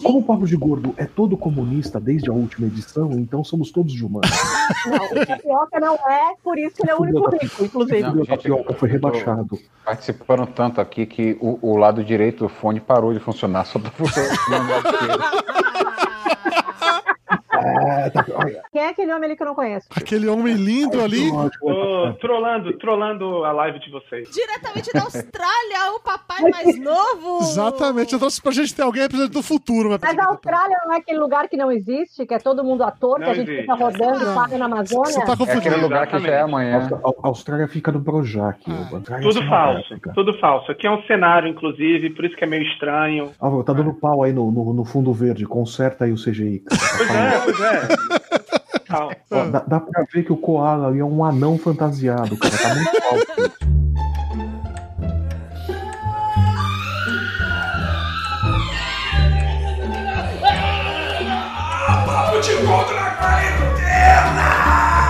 Como o Papo de Gordo é todo comunista desde a última edição, então somos todos de humanos. Não, o Tapioca não é, por isso que ele é o único rico, inclusive. Não, o Tapioca foi rebaixado. Participaram tanto aqui que o lado direito do fone parou de funcionar, só tá funcionando o lado esquerdo. Quem é aquele homem ali que eu não conheço? Aquele homem lindo ali. Trolando a live de vocês. Diretamente da Austrália, o papai mais novo. Exatamente, eu trouxe pra gente ter alguém representante do futuro. Mas a Austrália não é aquele lugar que não existe, que é todo mundo ator, que a gente fica rodando e paga na Amazônia? Você tá confundindo. É aquele lugar que já é amanhã. A Austrália fica no Projac. Tudo falso. Aqui é um cenário, inclusive, por isso que é meio estranho. Tá dando pau aí no fundo verde. Conserta aí o CGI. Pois é. Dá pra ver que o Koala ali é um anão fantasiado, cara. Tá muito alto. Papo de Gordo na quarentena!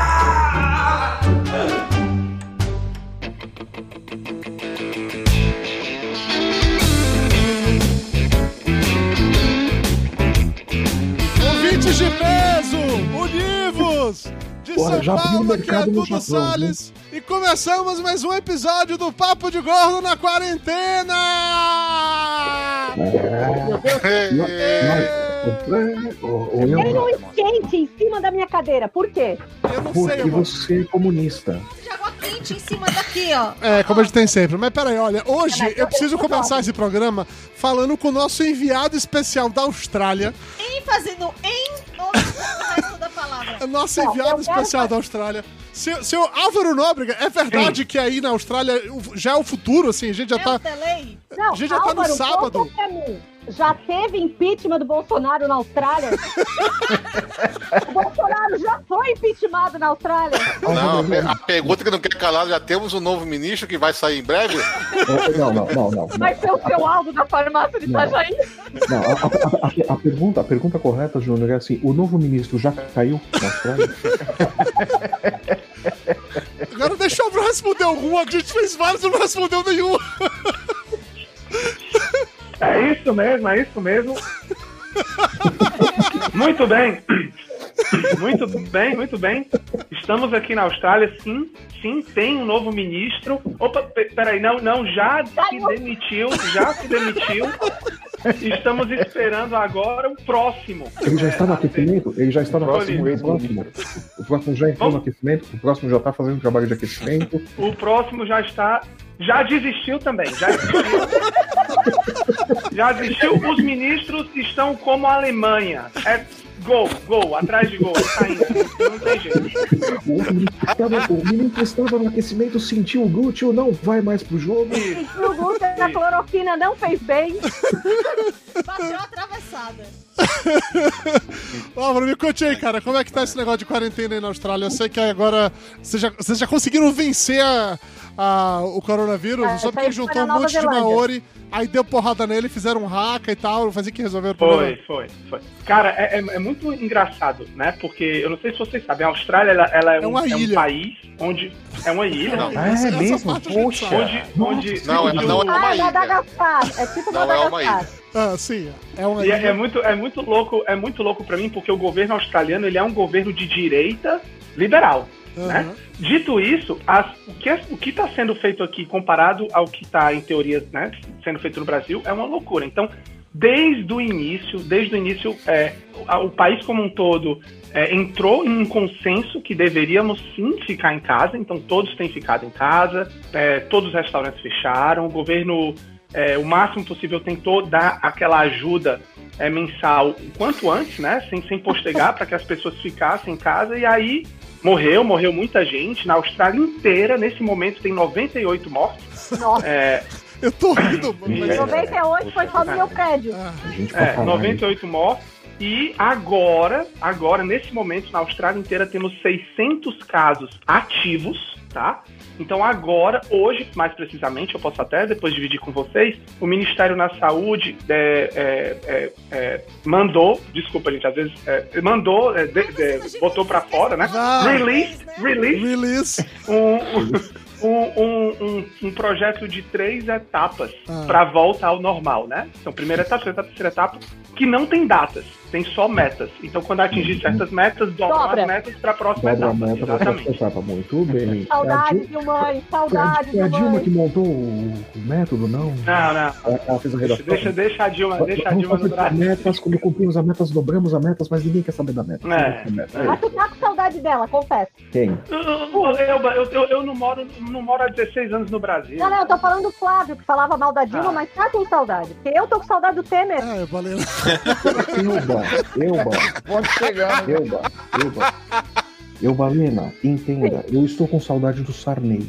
Ouvintes de peso, univos! De São Paulo, aqui é Dudu Salles. E começamos mais um episódio do Papo de Gordo na quarentena! Tem um skate em cima da minha cadeira, por quê? Eu não Porque sei, você é comunista. Jogou quente em cima daqui, ó. É, como a gente tem sempre. Mas peraí, olha, hoje eu preciso começar esse programa falando com o nosso enviado especial da Austrália. ênfase no o resto da palavra. Nosso enviado especial da Austrália. Seu Álvaro Nóbrega, é verdade que aí na Austrália já é o futuro, assim, a gente já tá... Não, a gente já tá no sábado. Já teve impeachment do Bolsonaro na Austrália? O Bolsonaro já foi impeachmentado na Austrália? Não, a pergunta que não quer calar, já temos um novo ministro que vai sair em breve? Não. Vai ser o seu alvo da farmácia de Itajaí? Não, a pergunta correta, Júnior, é assim, o novo ministro já caiu na Austrália? Agora deixa eu responder alguma, a gente fez vários e não respondeu nenhuma. É isso mesmo. Muito bem. Estamos aqui na Austrália, sim, tem um novo ministro. Opa, peraí, não, já se demitiu. Estamos esperando agora o próximo. Ele já está no aquecimento? O próximo já entrou no aquecimento? O próximo já está fazendo trabalho de aquecimento? O próximo já está... Já desistiu também. Já desistiu. Os ministros estão como a Alemanha. É gol, atrás de gol. Tá indo. Não tem jeito. O menino que estava no aquecimento sentiu o glúteo, não vai mais pro jogo. Sentiu o glúteo, a cloroquina não fez bem. Bateu atravessada. Álvaro, me conte aí, cara, como é que tá esse negócio de quarentena aí na Austrália? Eu sei que agora vocês já conseguiram vencer o coronavírus, só porque juntou um monte de Maori, aí deu porrada nele, fizeram um haka e tal, fazia que resolveram o problema. Foi. Cara, é muito engraçado, né? Porque eu não sei se vocês sabem, a Austrália ela é um país onde é uma ilha. É mesmo? Poxa. Onde não é uma ilha. Madagascar. É tipo Madagascar. Ah, sim, é uma ilha. É muito louco pra mim, porque o governo australiano ele é um governo de direita liberal. Né? Dito isso, o que está sendo feito aqui comparado ao que está, em teoria, né, sendo feito no Brasil, é uma loucura. Então, desde o início, o país como um todo entrou em um consenso que deveríamos sim ficar em casa, então todos têm ficado em casa, todos os restaurantes fecharam, o governo, o máximo possível, tentou dar aquela ajuda mensal o quanto antes, né, sem postergar, para que as pessoas ficassem em casa, e aí morreu muita gente. Na Austrália inteira, nesse momento, tem 98 mortes. Nossa. Eu tô rindo. 98 foi só no meu prédio. 98 mortes. E agora, nesse momento, na Austrália inteira, temos 600 casos ativos, tá? Então agora, hoje, mais precisamente, eu posso até depois dividir com vocês, o Ministério da Saúde mandou, desculpa gente, às vezes, botou pra fora, né? Release um projeto de 3 etapas para volta ao normal, né? Então, primeira etapa, segunda etapa, terceira etapa, que não tem datas, tem só metas. Então, quando atingir certas metas, dobram as metas para a próxima etapa. Exatamente. Muito bem. Saudade de mãe, saudade de mãe. Foi a Dilma que montou o método, não? Não. Ela fez a redação. Deixa a Dilma no Brasil. Metas, quando cumprimos as metas, dobramos as metas, mas ninguém quer saber da meta. Mas tu tá com saudade dela, confesso. Quem? Eu não moro há 16 anos no Brasil. Não, eu tô falando do Flávio, que falava mal da Dilma, mas tá com saudade. Porque eu tô com saudade do Temer. Eu falei. Euba. Pode chegar. Eubalina, entenda, eu estou com saudade do Sarney.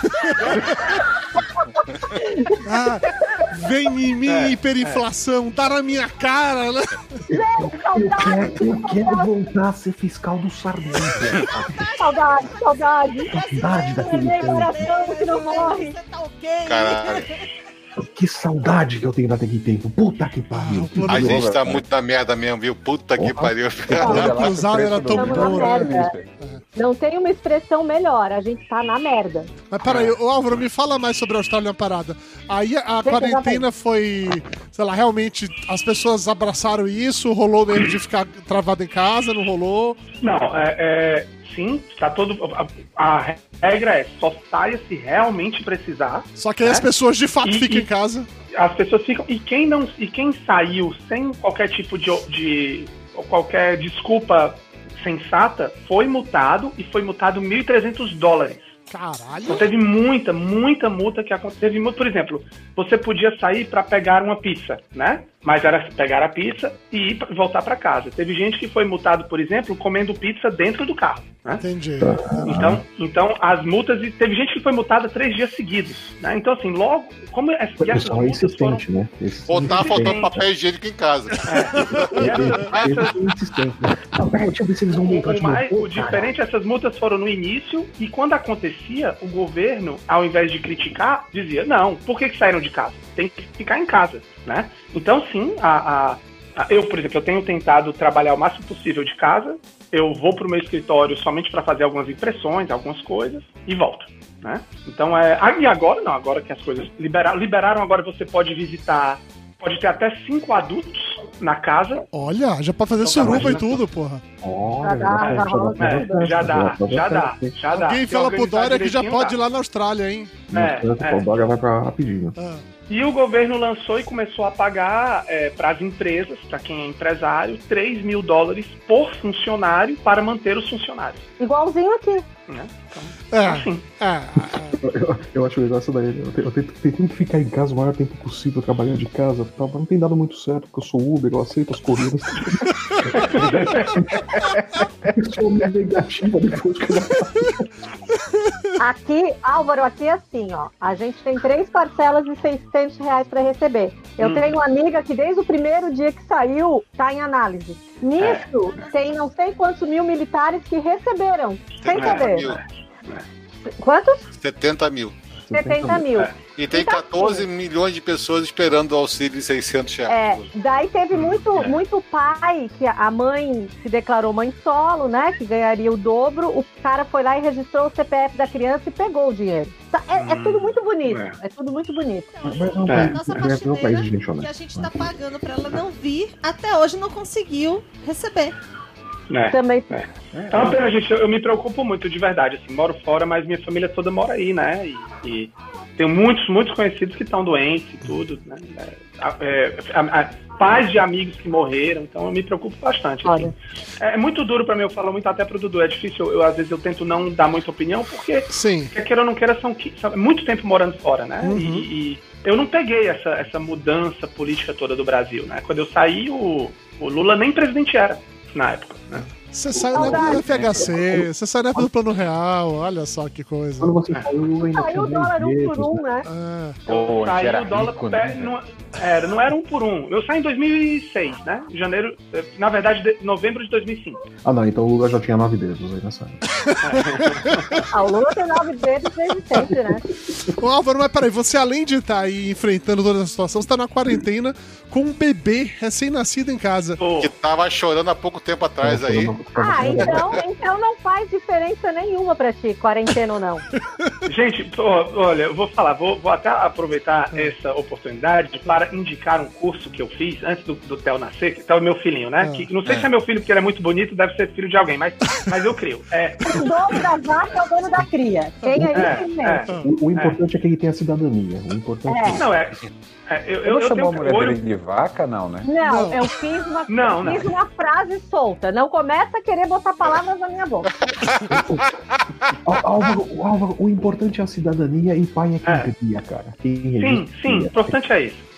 Vem em mim, hiperinflação, tá na minha cara, né? Eu quero voltar a ser fiscal do Sarney. Saudade. Saudade daquele tempo. Que não morre. Caralho. Que saudade que eu tenho daquele tempo. Puta que pariu. A gente tá muito na merda mesmo, viu? Puta que pariu. O cruzado era tão bom, né? Não tem uma expressão melhor, a gente tá na merda. Mas peraí, Álvaro, me fala mais sobre a Austrália Parada. Aí a quarentena foi, sei lá, realmente as pessoas abraçaram isso, rolou mesmo de ficar travado em casa, não rolou? Não, sim, tá todo. A regra é só saia se realmente precisar. Só que aí as pessoas de fato ficam em casa. As pessoas ficam. E quem saiu sem qualquer tipo de qualquer desculpa sensata foi multado e foi multado $1.300. Caralho! Então teve muita multa que aconteceu. Por exemplo, você podia sair para pegar uma pizza, né? Mas era pegar a pizza e voltar para casa. Teve gente que foi multado, por exemplo, comendo pizza dentro do carro, né? Entendi. Então as multas... Teve gente que foi multada 3 dias seguidos, né? Então, assim, logo... Como essas multas foram... né? Tá faltando papel higiênico em casa. O diferente, essas multas foram no início e quando acontecia, o governo, ao invés de criticar, dizia, não, por que saíram de casa? Tem que ficar em casa, né? Então, sim, eu, por exemplo, eu tenho tentado trabalhar o máximo possível de casa, eu vou pro meu escritório somente para fazer algumas impressões, algumas coisas, e volto, né? Então, e agora não, agora que as coisas liberaram, agora você pode visitar, pode ter até 5 adultos na casa. Olha, já pode fazer suruba e tudo, porra. Já dá. Alguém fala pro Dória que já pode ir lá na Austrália, hein? O Dória vai pra rapidinho. E o governo lançou e começou a pagar para as empresas, para quem é empresário, $3.000 por funcionário para manter os funcionários. Igualzinho aqui. Né? Então, assim. Eu acho legal essa daí. Eu tento ficar em casa o maior tempo possível, trabalhando de casa, mas não tem dado muito certo, porque eu sou Uber, eu aceito as corridas. Eu sou meio negativa depois que Aqui, Álvaro, aqui é assim, ó. A gente tem 3 parcelas de R$600 para receber. Eu tenho uma amiga que desde o primeiro dia que saiu, tá em análise. Nisso, tem não sei quantos mil militares que receberam. Sem saber. Quantos? 70 mil. 70 mil. E tem 14 milhões de pessoas esperando o auxílio de R$600. Daí teve muito pai, que a mãe se declarou mãe solo, né? Que ganharia o dobro. O cara foi lá e registrou o CPF da criança e pegou o dinheiro. É tudo muito bonito. É tudo muito bonito. Nossa faxineira, que a gente tá pagando pra ela não vir, até hoje não conseguiu receber. Também. Então, apenas, gente, eu me preocupo muito, de verdade. Assim, moro fora, mas minha família toda mora aí, né? E tenho muitos conhecidos que estão doentes e tudo, né? Pais de amigos que morreram, então eu me preocupo bastante. Assim. É muito duro pra mim, eu falo muito até pro Dudu, é difícil, às vezes eu tento não dar muita opinião, porque quer queira ou não queira, são muito tempo morando fora, né? E eu não peguei essa mudança política toda do Brasil, né? Quando eu saí, o Lula nem presidente era na época, né? Você sai na época do FHC, você sai na época do Plano Real, olha só que coisa. Quando você saiu, ainda saiu o dólar 1 por 1, né? Saiu o dólar, não era 1 por 1. Eu saí em 2006, né? Janeiro, na verdade, novembro de 2005. Não, então o Lula já tinha 9 dedos aí nessa época. O Lula tem 9 dedos desde sempre, né? Ô Álvaro, mas peraí, você além de estar aí enfrentando toda essa situação, você tá na quarentena com um bebê recém-nascido em casa. Que tava chorando há pouco tempo atrás aí. Então não faz diferença nenhuma pra ti, quarentena ou não. Gente, olha, eu vou falar, vou até aproveitar essa oportunidade para indicar um curso que eu fiz antes do Theo nascer, que tá o meu filhinho, né? Que, não sei se é meu filho porque ele é muito bonito, deve ser filho de alguém, mas eu crio. O dono da vaca é o dono da cria. Tem aí o importante é que ele tenha cidadania. O importante eu chamou a mulher dele de vaca, não, né? Não, eu fiz uma frase solta. Não começa a querer botar palavras na minha boca. Álvaro, o importante é a cidadania e pai é quem cria, cara. Sim, importante é isso.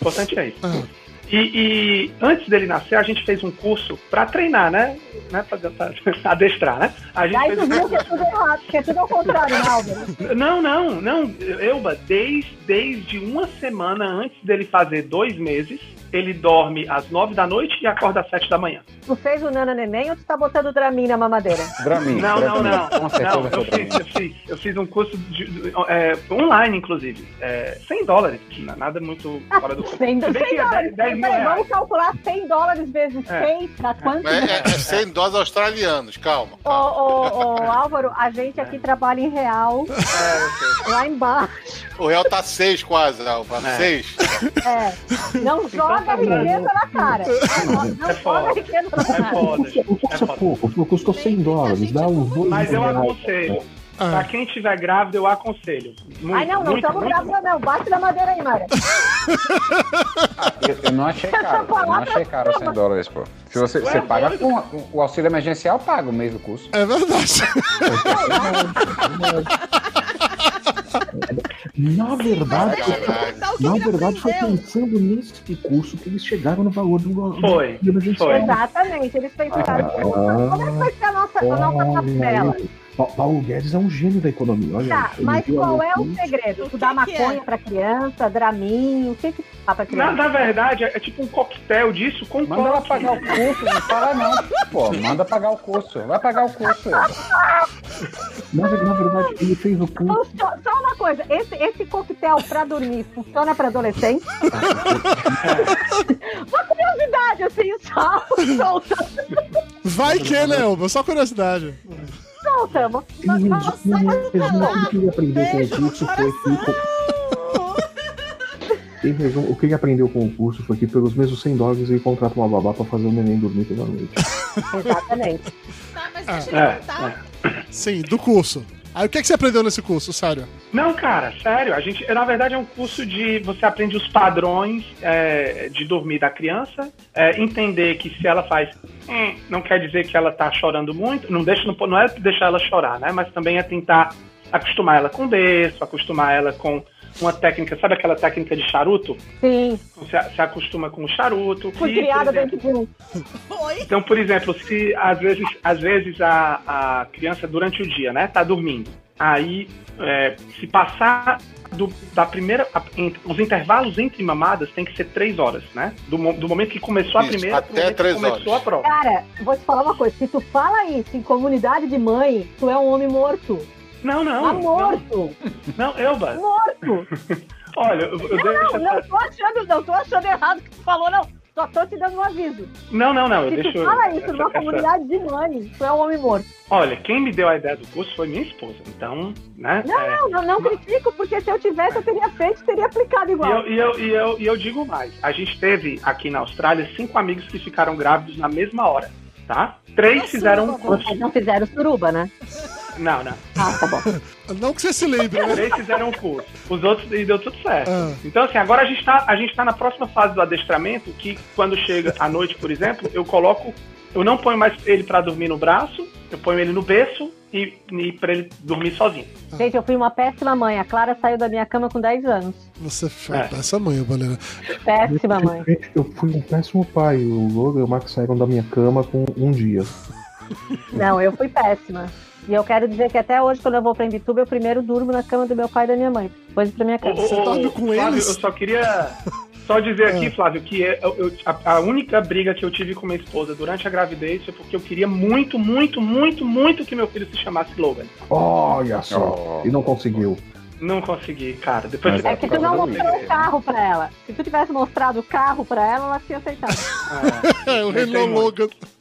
E antes dele nascer, a gente fez um curso pra treinar, né? Pra adestrar, né? A gente fez viu que é tudo errado, que é tudo ao contrário, né, Álvaro? Não. Elba, desde uma semana antes dele fazer 2 meses, ele dorme às 9 da noite e acorda às 7 da manhã. Tu fez o Nana Neném ou tu tá botando Dramin na mamadeira? Dramin. Não. Eu fiz um curso online, online, inclusive. $100. Nada muito fora do... $100. 10 mil reais. Vamos calcular $100 vezes 6, dá quanto? É $100 australianos, calma. Álvaro, a gente aqui trabalha em real. Lá embaixo. O real tá 6 quase, Álvaro. 6. Não joga riqueza na cara. Não joga riqueza na cara. O curso é pouco, custou $100. Dá uns 2 Mas eu aconselho. Pra quem tiver grávida, eu aconselho. Não estamos grávidos, não. Bate na madeira aí, Mara. Eu não achei caro $100, pô. Se você paga com o auxílio emergencial, paga o mês do curso. É verdade. Na verdade, foi pensando nesse curso que eles chegaram no valor do Foi. Exatamente, eles pensaram. Como é que vai ser a nossa tabela? Paulo Guedes é um gênio da economia. Olha, mas qual é o segredo? Tu dá maconha pra criança, Dramin, o que dá pra criança? Na verdade, é tipo um coquetel disso com Manda ela pagar o curso, não fala não. Pô, manda pagar o curso. Vai pagar o curso. Na verdade, ele fez o curso. Só uma coisa, esse coquetel pra dormir funciona pra adolescente? Uma curiosidade, assim, solta. Vai que, né, Elba? Só curiosidade. Soltamos. O que ele aprendeu com o curso foi que... O que ele aprendeu com o curso foi que pelos mesmos $100 ele contrata uma babá pra fazer o neném dormir toda noite. Exatamente. Tá, mas deixa eu contar. Sim, do curso. Aí o que você aprendeu nesse curso, sério? Não, cara, sério. Na verdade, é um curso de... Você aprende os padrões de dormir da criança, entender que se ela faz... não quer dizer que ela tá chorando muito. Não é deixar ela chorar, né? Mas também é tentar acostumar ela com o berço, acostumar ela com uma técnica... Sabe aquela técnica de charuto? Sim. Você acostuma com o charuto. Fui criada dentro de um. Então, por exemplo, se às vezes a criança durante o dia, né, tá dormindo, aí se passar da primeira, os intervalos entre mamadas tem que ser 3 horas, né? Do momento que começou a primeira até 3 horas. Começou a prova. Cara, vou te falar uma coisa, se tu fala isso em comunidade de mãe, tu é um homem morto. Não. Tá morto. Não, Elba. Morto. Olha, eu não tô achando errado o que tu falou, não. Só tô te dando um aviso. Não, Se tu fala isso numa comunidade de mãe, tu é um homem morto. Olha, quem me deu a ideia do curso foi minha esposa, então, né? Não critico, porque se eu tivesse, eu teria feito, teria aplicado igual. E eu digo mais, a gente teve aqui na Austrália 5 amigos que ficaram grávidos na mesma hora, tá? 3 fizeram um curso. Vocês não fizeram suruba, né? Não. Ah, tá bom. Não que você se lembre, né? 3 fizeram um curso. Os outros, e deu tudo certo. Então, assim, agora a gente tá na próxima fase do adestramento, que quando chega à noite, por exemplo, eu não ponho mais ele pra dormir no braço, eu ponho ele no berço e pra ele dormir sozinho. Gente, eu fui uma péssima mãe. A Clara saiu da minha cama com 10 anos. Você foi essa mãe, Valera. Péssima mãe. Eu fui um péssimo pai. O Logan e o Max saíram da minha cama com 1 dia. Não, eu fui péssima. E eu quero dizer que até hoje, quando eu vou pra Imbituba, eu primeiro durmo na cama do meu pai e da minha mãe. Depois ir pra minha casa. Você dorme com Flávio, eles? Eu só queria dizer aqui, Flávio, que a única briga que eu tive com minha esposa durante a gravidez foi porque eu queria muito, muito, muito, muito que meu filho se chamasse Logan. Olha só. E não conseguiu. Não consegui, cara. Depois É que tu não mostrou o carro pra ela. Se tu tivesse mostrado o carro pra ela, ela tinha aceitado. O Renault Logan.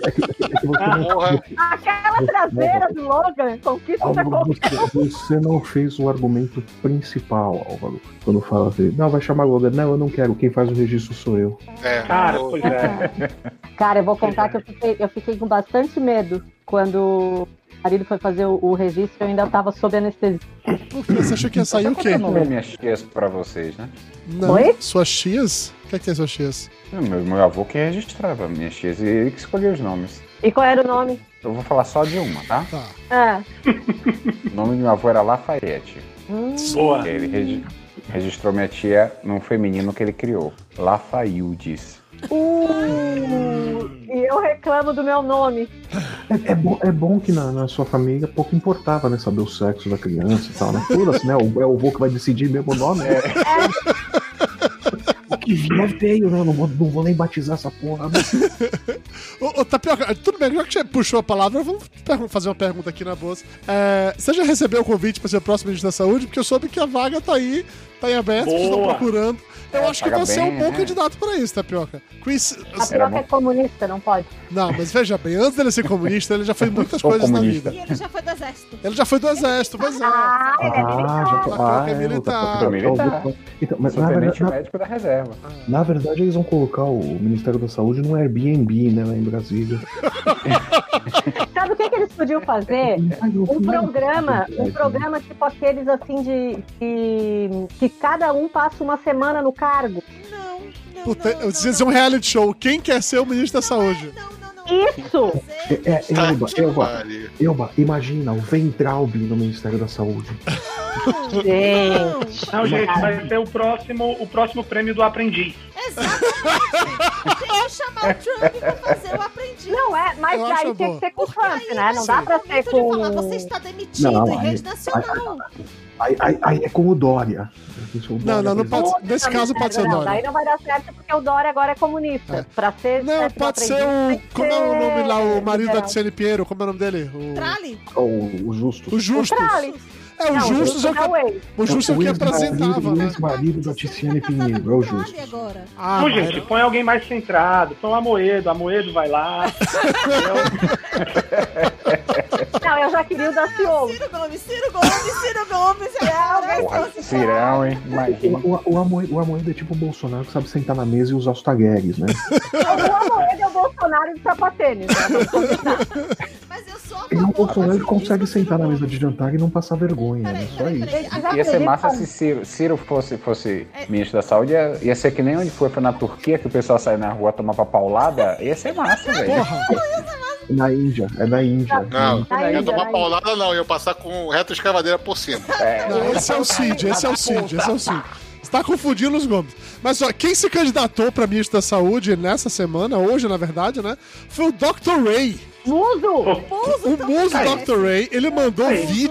Aquela traseira do Logan, conquista você não fez o argumento principal, Álvaro. Quando fala assim, não, vai chamar Logan. Não, eu não quero, quem faz o registro sou eu. Cara, pois é. Cara, eu vou contar que eu fiquei com bastante medo quando o marido foi fazer o registro, eu ainda tava sob anestesia. Por que? Você achou que ia sair o quê? Eu não falei minhas tias pra vocês, né? Não. Oi? Suas tias? O que é suas tias? Meu avô que registrava minhas tias e ele que escolheu os nomes. E qual era o nome? Eu vou falar só de uma, tá? Tá. O nome do meu avô era Lafayette. Boa. Ele registrou minha tia num feminino que ele criou. Lafaildes. E eu reclamo do meu nome. É bom que na sua família pouco importava, né? Saber o sexo da criança e tal, né? Foda-se, né? É o avô que vai decidir mesmo o nome. O que vier veio, né? Não vou nem batizar essa porra. Ô, Tapioca, tudo bem, já que você puxou a palavra, vamos fazer uma pergunta aqui na bolsa. Você já recebeu o convite para ser o próximo ministro da Saúde? Porque eu soube que a vaga tá aí, tá em aberto, vocês estão procurando. Eu acho que você é um bom candidato para isso, Tapioca. Tapioca é comunista, não pode. Não, mas veja bem, antes dele ser comunista, ele já fez muitas coisas comunista. na vida. E ele já foi do exército. Ele já foi do exército, pois é. Ele é militar. Então, mas médico da reserva. Na verdade, eles vão colocar o Ministério da Saúde no Airbnb, né, lá em Brasília. Sabe o que eles podiam fazer? Um programa tipo aqueles assim de que cada um passa uma semana no cargo. Vocês um reality show. Quem quer ser o ministro da Saúde? Isso! Elba, imagina o Ventralbi no Ministério da Saúde. Não, gente, vai ser o próximo prêmio do aprendiz. Exatamente! Tem que chamar o Trump pra fazer o aprendiz. Não mas daí tem que ser com o Trump, né? Não dá pra ser com... Você está demitido em rede nacional. Aí é com o Dória. Não pode. Nesse caso pode ser o Dória. Daí não vai dar certo porque o Dória agora é comunista. Pra ser. Não, pode ser o. Como é o nome lá? O marido da Tiziane Pinheiro? Como é o nome dele? Trali? O Justus. O Justus. O Justus é o Justus que apresentava, né? O marido da Tiziane Pinheiro, é o Justus. Não, gente, põe alguém mais centrado. Põe o Amoedo vai lá. Não, eu já queria o Daciolo. Ciro Gomes. Cirão, hein? Imagina. O Amoedo é tipo o Bolsonaro que sabe sentar na mesa e usar os tagueres, né? O Amoedo é o Bolsonaro de sapatênis, né? Mas eu sou a favor. O Bolsonaro consegue sentar na mesa de jantar e não passar vergonha, né? Só isso. Ia ser massa se Ciro fosse ministro da Saúde, ia ser que nem onde foi na Turquia, que o pessoal sai na rua tomar pra paulada, ia ser massa, velho. É na Índia. Não, ia tomar paulada não, ia passar com retroescavadeira por cima. Esse é o Cid. Você tá confundindo os Gomes. Mas ó, quem se candidatou pra ministro da Saúde nessa semana, hoje na verdade, né, foi o Dr. Ray. O muso Dr. Ray, ele mandou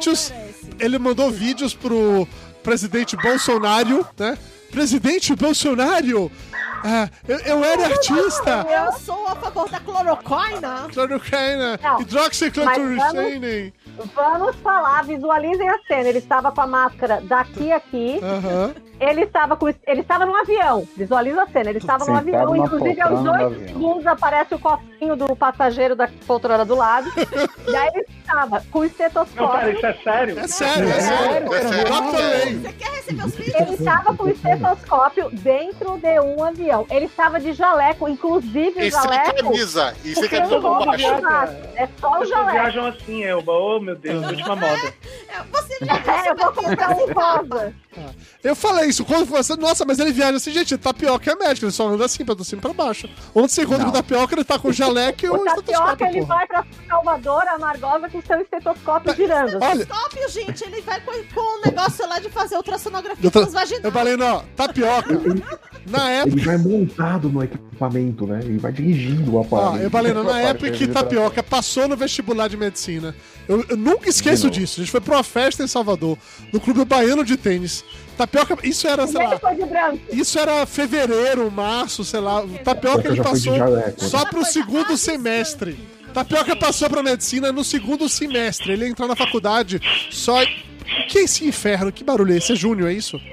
vídeos pro presidente Bolsonaro, né? Presidente Bolsonaro, eu era artista. Eu sou a favor da cloroquina. Hidroxicloroquine. Vamos falar, visualizem a cena. Ele estava com a máscara daqui a aqui. Ele estava num avião. Visualiza a cena. Ele estava num avião. Inclusive, aos 2 segundos aparece o cofrinho do passageiro da poltrona do lado. E aí ele estava com o estetoscópio. Não, cara, isso é sério? É sério. Você quer receber os vídeos? Ele estava com o estetoscópio dentro de um avião. Ele estava de jaleco, inclusive o jaleco. E sem camisa por baixo. É só o jaleco. Viajam assim, Elba. Oh, meu Deus, última moda. Eu vou comprar um rosa. Eu falei isso quando você. Nossa, mas ele viaja assim, gente. Tapioca é médico, ele só anda assim, pra cima e pra baixo. Onde você encontra o Tapioca, ele tá com o jaleco e o Tapioca, ele vai pra Salvador, a Margosa, com seu estetoscópio girando. Estetoscópio, gente, ele vai com o negócio lá de fazer ultrassonografia transvaginal. Eu falei, não, Tapioca. Na época. Ele vai montado no equipamento, né? Ele vai dirigindo o aparelho. Eu falei, na época que Tapioca passou no vestibular de medicina. Eu nunca esqueço disso. A gente foi pra uma festa em Salvador, no Clube Baiano de Tênis. Tapioca, isso era, sei lá. Isso era fevereiro, março, sei lá. Tapioca ele passou só pro segundo semestre. Tapioca passou pra medicina no segundo semestre. Ele ia entrar na faculdade só. Que é esse inferno? Que barulho é esse? É Júnior, é isso?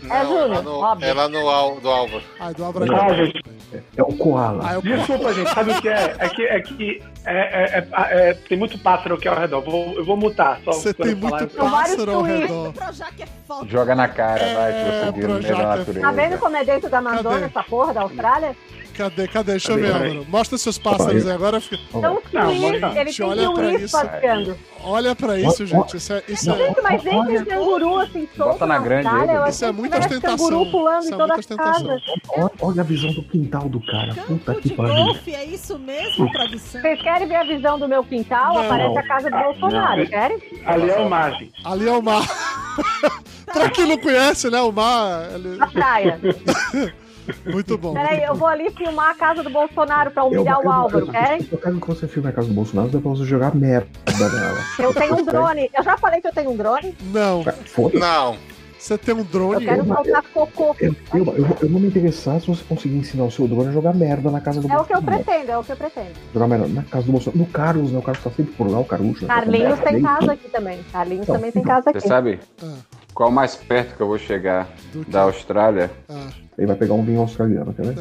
Não, é lá no Álvaro. Do Álvaro. Gente. É o Koala. Desculpa, gente. Sabe o que é? É que tem muito pássaro aqui ao redor. Eu vou mutar. Você tem muito pássaro ao redor. Joga na cara, vai, que você viu no meio da natureza. Tá vendo como é dentro da Amazônia essa porra da Austrália? Cadê? Deixa eu ver, Álvaro. Mostra seus pássaros aí agora. Então, ele tem um passeando. Olha pra isso, gente. Isso é... Gente, mas vem esse canguru assim, solto. Bota na grande. Isso é muita ostentação. Canguru pulando em toda a casa. Olha a visão do quintal do cara. Puta que pariu. Golfe, é isso mesmo, produção? Vocês querem ver a visão do meu quintal? Aparece a casa do Bolsonaro, querem? Ali é o mar, gente. Ali é o mar. Pra quem não conhece, né? O mar... A praia. Muito bom. Peraí, eu vou ali filmar a casa do Bolsonaro pra humilhar o Álvaro, querem? Eu quero que você filme a casa do Bolsonaro, dá pra você jogar merda nela. Eu tenho um drone. Eu já falei que eu tenho um drone? Não. Não. Você tem um drone? Eu quero soltar cocô. Eu vou me interessar se você conseguir ensinar o seu drone a jogar merda na casa do Bolsonaro. É o que eu pretendo. Jogar merda na casa do Bolsonaro. No Carlos, né? O Carlos tá sempre por lá, o Carucho. Carlinhos tem casa aqui também. Carlinhos também tem casa aqui. Você sabe qual mais perto que eu vou chegar da Austrália? Ele vai pegar um vinho australiano, quer ver?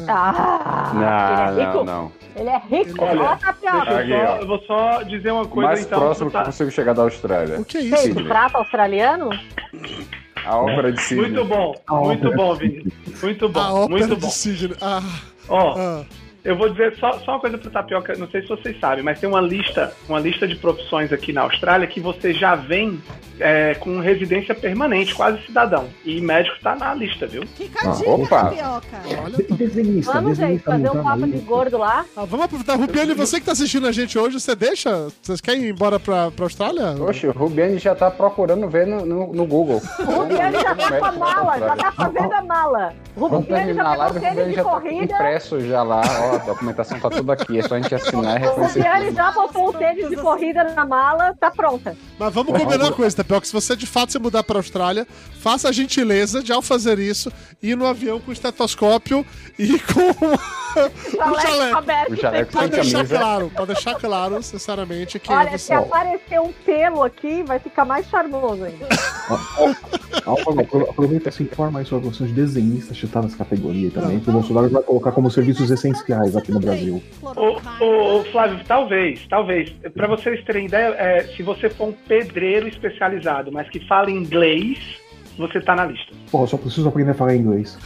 Não. Ele é rico. Olha, eu vou só dizer uma coisa, mais então. próximo que eu consigo chegar da Austrália. O que é isso? Esse prato australiano? A ópera de Sydney. Muito bom, Vinícius. Muito bom. A ópera muito de bom. Sydney. Eu vou dizer só uma coisa pro Tapioca, não sei se vocês sabem, mas tem uma lista de profissões aqui na Austrália que você já vem com residência permanente, quase cidadão. E médico tá na lista, viu? Que cadinho, Tapioca. Vamos, gente, fazer um papo de gordo lá. Vamos aproveitar. Rubiane, você que tá assistindo a gente hoje, você deixa? Vocês querem ir embora pra Austrália? Oxe, o Rubiane já tá procurando ver no Google. O Rubiane já tá com a mala, já tá fazendo a mala. O Rubiane já pegou tênis de corrida. Tá impresso já lá, ó, a documentação tá tudo aqui, é só a gente assinar e reconhecer. O Rubiane já botou o tênis de corrida na mala, tá pronta. Mas vamos combinar uma coisa, Tapioca, se você de fato se mudar pra Austrália, faça a gentileza de, ao fazer isso, ir no avião com o estetoscópio e com o jaleco. Pra deixar claro, sinceramente, que olha, se aparecer um pelo aqui, vai ficar mais charmoso ainda. Aproveita e se informa aí sobre a questão de desenhistas que tá nessa categoria também, que o Bolsonaro vai colocar como serviços essenciais aqui no Brasil. Ô, Flávio, talvez. Pra vocês terem ideia, se você for um pedreiro especializado, mas que fala inglês, você tá na lista. Porra, eu só preciso aprender a falar inglês.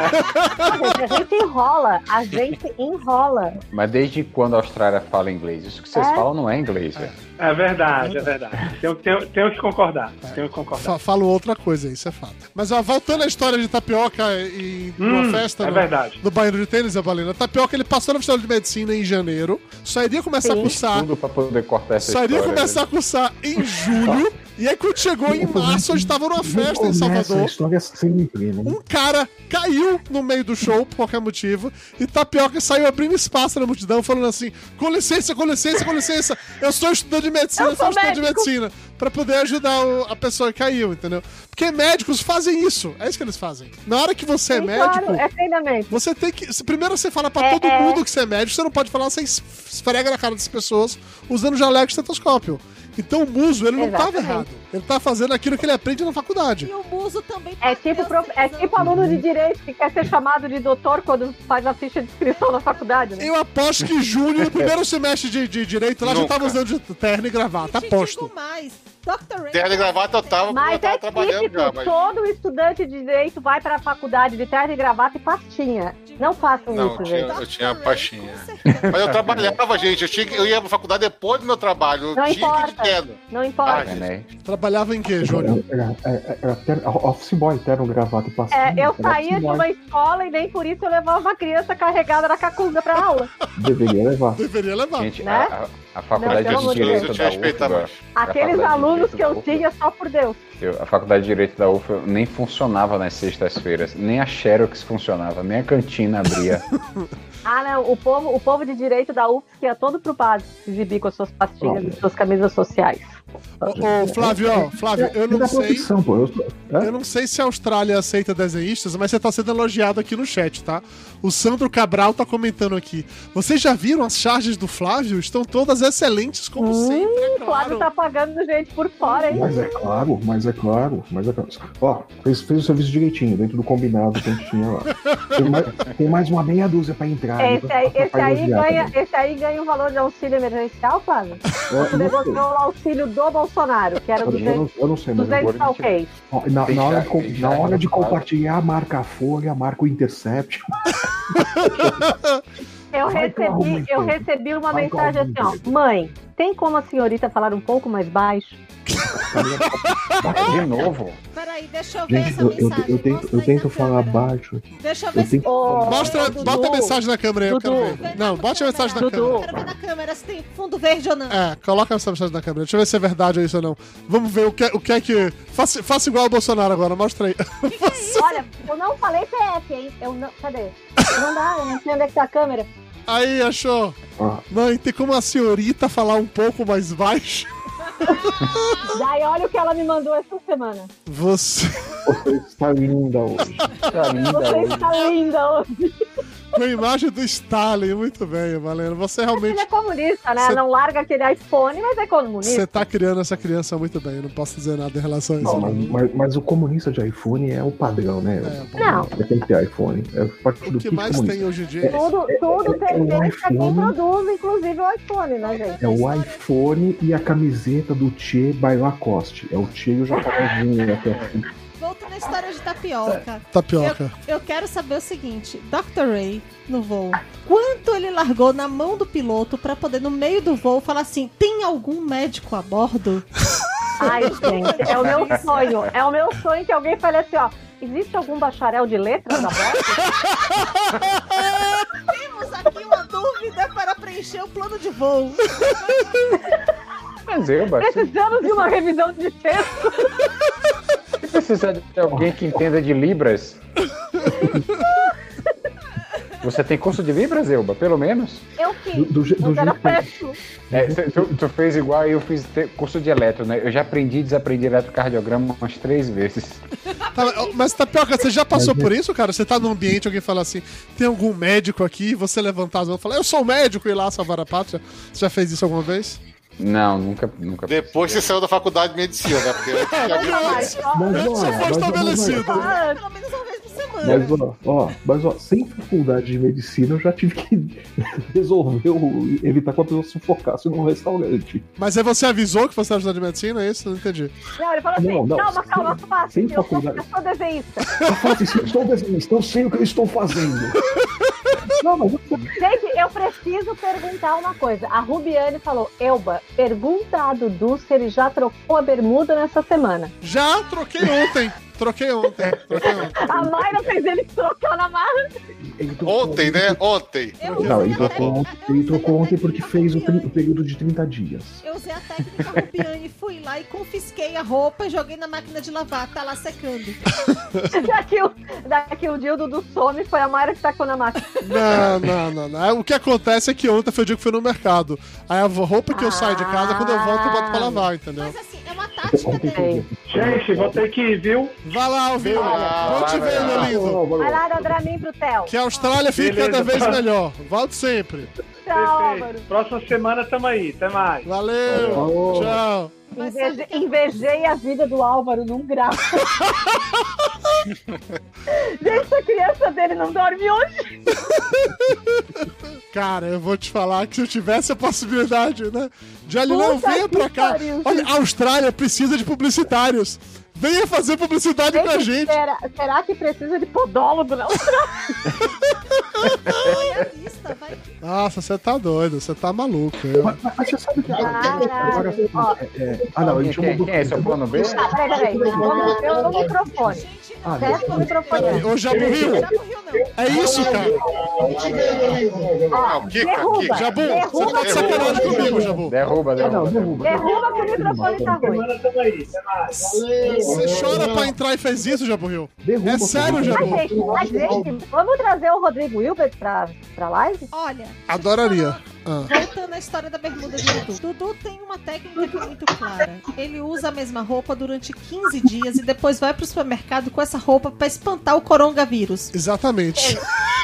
A gente enrola. Mas desde quando a Austrália fala inglês? Isso que vocês falam não é inglês, velho. É verdade. Tenho que concordar. Falo outra coisa, isso é fato. Mas voltando à história de Tapioca e numa festa do Baiano de Tênis, a Balena. Tapioca, ele passou na Festival de Medicina em janeiro, só iria começar a cursar... Tudo pra poder cortar essa história. Só iria começar a cursar em julho, e aí quando chegou em março, onde estava numa festa em Salvador, um cara caiu no meio do show, por qualquer motivo, e Tapioca saiu abrindo espaço na multidão, falando assim, com licença, eu sou estudante de medicina, pra poder ajudar a pessoa que caiu, entendeu? Porque médicos fazem isso, é isso que eles fazem. Na hora que você é médico, claro, treinamento. Você tem que... Primeiro você fala pra todo mundo que você é médico, você não pode falar, você esfrega na cara das pessoas usando jaleco e estetoscópio. Então o muso, ele não tava errado. Ele tá fazendo aquilo que ele aprende na faculdade. E o muso também... É tipo aluno de direito que quer ser chamado de doutor quando faz a ficha de inscrição na faculdade, né? Eu aposto que Júnior, no primeiro semestre de direito, lá já tava usando terno e gravata, aposto. Terno e gravata eu tava trabalhando já. Mas todo estudante de direito vai pra faculdade de terno e gravata e pastinha. Não façam isso, gente. Eu tinha pastinha. Mas eu trabalhava, gente. Eu ia pra faculdade depois do meu trabalho. Não importa. Trabalhava em quê, Júnior? Era office boy, terno, gravata e pastinha. Eu saía de uma escola e nem por isso eu levava uma criança carregada na cacunda pra aula. Deveria levar. Gente, né? a faculdade de Direito da UFBA... Aqueles alunos que eu tinha só por Deus. A faculdade de Direito da UFBA nem funcionava nas sextas-feiras. Nem a Xerox funcionava, nem a cantina abria. Ah, não, o povo de direito da UFSC ia todo pro padre se exibir com as suas pastinhas e suas camisas sociais. Ô, Flávio, eu não sei. Eu não sei se a Austrália aceita desenhistas, mas você tá sendo elogiado aqui no chat, tá? O Sandro Cabral tá comentando aqui. Vocês já viram as charges do Flávio? Estão todas excelentes, como sempre, é claro. O Flávio tá pagando gente por fora, hein? Mas é claro. Ó, fez o serviço direitinho, dentro do combinado que a gente tinha lá. Tem mais uma meia dúzia pra entrar. Esse aí ganha o valor de auxílio emergencial, Flávio? Você devolveu o auxílio do Bolsonaro, que era 200 talquês. Na hora de compartilhar, marca a Folha, marca o Intercept. Eu recebi uma mensagem assim, ó. Mãe, tem como a senhorita falar um pouco mais baixo? De novo? Peraí, deixa eu ver essa mensagem. Eu tento falar baixo. Deixa eu ver se... Bota a mensagem na câmera aí, eu quero ver. Não, bote a mensagem na câmera. Eu quero ver na câmera se tem fundo verde ou não. Coloca essa mensagem na câmera. Deixa eu ver se é verdade isso ou não. Vamos ver o que é que... Faça igual o Bolsonaro agora, mostra aí. Olha, eu não falei PF, hein? Cadê? Não dá, eu não sei onde é que tá a câmera. Aí, achou. Mãe, tem como a senhorita falar um pouco mais baixo? Daí olha o que ela me mandou essa semana. Você está linda hoje. Você está linda hoje. Com a imagem do Stalin, muito bem, Valendo. Você realmente... Ele é comunista, né? Não larga aquele iPhone, mas é comunista. Você tá criando essa criança muito bem, eu não posso dizer nada em relação a isso. Mas o comunista de iPhone é o padrão, né? Não. Tem que ter iPhone. É parte do que mais comunista. Tem hoje em dia? Tudo pertence a quem produz, inclusive o iPhone, né, gente? É o iPhone e a camiseta do Che by Lacoste. É o Che e o jacarezinho até. Volta na história de tapioca. Eu quero saber o seguinte: Dr. Ray, no voo, quanto ele largou na mão do piloto pra poder, no meio do voo, falar assim: tem algum médico a bordo? Ai, gente, é o meu sonho. É o meu sonho que alguém fale assim, ó. Existe algum bacharel de letras a bordo? Temos aqui uma dúvida para preencher o plano de voo. Precisamos de uma revisão de texto. Precisa de alguém que entenda de Libras? Você tem curso de Libras, Elba? Pelo menos? Eu fiz, mas era péssimo. Tu fez igual eu fiz curso de eletro, né? Eu já aprendi e desaprendi eletrocardiograma umas 3 vezes. Mas, Tapioca, você já passou por isso, cara? Você tá num ambiente, alguém fala assim, tem algum médico aqui? Você levantar as mãos e falar, eu sou médico, e ir lá salvar a pátria. Você já fez isso alguma vez? Não, nunca. Depois você saiu da faculdade de medicina, né? Porque você foi estabelecido. Pelo menos uma vez por semana. Mas sem faculdade de medicina eu já tive que resolver evitar que a pessoa sufocasse num restaurante. Mas aí você avisou que você estava estudando de medicina, é isso? Não entendi. Não, ele falou assim, calma, faça. Sem faculdade. Eu sou desenhista. Eu sou desenhista, eu sei o que eu estou fazendo. Gente, eu preciso perguntar uma coisa. A Rubiane falou, Elba, pergunta a Dudu se ele já trocou a bermuda nessa semana. Já troquei ontem. Troquei ontem. A Mayra fez ele trocar na marra. Ontem, né? Ontem. Ele trocou ontem porque fez o período de 30 dias. Eu usei a técnica Rubiane, fui lá e confisquei a roupa e joguei na máquina de lavar. Tá lá secando. Daqui o dia o Dudu some, foi a Mayra que tacou na máquina. Não. O que acontece é que ontem foi o dia que fui no mercado. Aí a roupa que eu saio de casa, quando eu volto, eu boto pra lavar, entendeu? Mas assim, é uma tática dele. Gente, vou ter que ir, viu? Vai lá, Alvinho. Vamos te ver, meu lindo. Vai lá dar Dramin pro Theo. Que a Austrália fique cada vez melhor. Volte sempre. Tchau, Álvaro. Próxima semana tamo aí. Até mais. Valeu. Tchau. Invejei a vida do Álvaro num grau. Gente, a criança dele não dorme hoje. Cara, eu vou te falar que se eu tivesse a possibilidade, né? Jalilão, venha pra cá. Olha, a Austrália precisa de publicitários. Venha fazer publicidade pra gente. Será que precisa de podólogo na Austrália? Nossa, você tá doido, você tá maluco. Mas você sabe que... Quem é esse? É o plano B? Peraí. Eu no microfone. Testa o microfone. Ô, Jabu Rio. É isso, cara. Derruba. Jabu, você tá de sacanagem comigo, Jabu. Derruba. Derruba que o microfone tá ruim. Você chora pra entrar e fez isso, Jabu Rio? É sério, Jabu? Mas, gente, vamos trazer o Rodrigo Hilbert pra live? Olha. Adoraria. Voltando à história da bermuda de Dudu. Dudu tem uma técnica que é muito clara. Ele usa a mesma roupa durante 15 dias e depois vai pro supermercado com essa roupa pra espantar o coronavírus. Exatamente.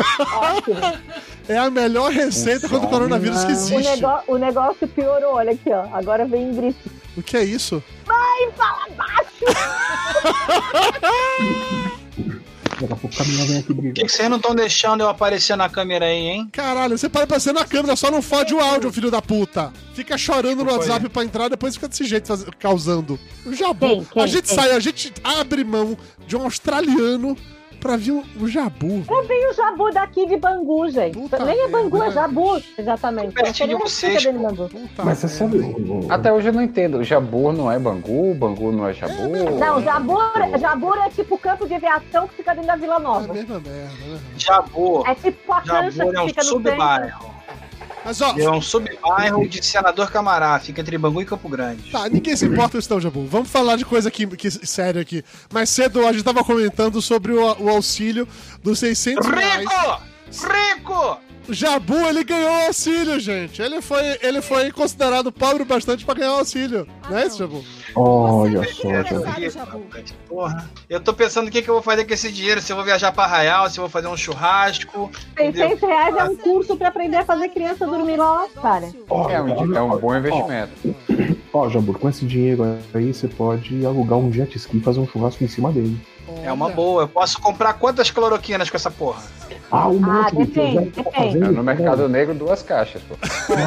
É a melhor receita contra o coronavírus que existe. O negócio piorou, olha aqui, ó. Agora vem em grito. O que é isso? Mãe, fala baixo! Por que vocês não estão deixando eu aparecer na câmera aí, hein? Caralho, você pode aparecer na câmera, só não fode o áudio, filho da puta. Fica chorando no WhatsApp pra entrar, depois fica desse jeito, causando. O Jabu. A gente abre mão de um australiano pra vir o Jabu. Eu vi o Jabu daqui de Bangu, gente. Puta nem é Bangu, é Jabu. Exatamente. Pertinho de vocês. Mas você sabe... Até hoje eu não entendo. O Jabu não é Bangu, Bangu não é Jabu. Não, Jabu é tipo o campo de aviação que fica dentro da Vila Nova. É a mesma merda, né? Jabu. É tipo a cancha que fica no subbairro. Mas, ó, é um subbairro de Senador Camará, fica entre Bangu e Campo Grande. Tá, ninguém se importa com isso, Jabu. Vamos falar de coisa séria aqui. Mais cedo a gente tava comentando sobre o auxílio dos 600 reais. Rico! O Jabu, ele ganhou o auxílio, gente. Ele foi considerado pobre bastante pra ganhar o auxílio. Não é isso, Jabu? Olha só, Jabu. Porra. Eu tô pensando o que eu vou fazer com esse dinheiro. Se eu vou viajar pra Arraial, se eu vou fazer um churrasco. 600 reais é um curso pra aprender a fazer criança dormir lá, cara. É um bom investimento. Ó, Jabu, com esse dinheiro aí, você pode alugar um jet ski e fazer um churrasco em cima dele. É uma boa. Eu posso comprar quantas cloroquinas com essa porra? Um monte de depende. No Mercado Negro, 2 caixas, pô.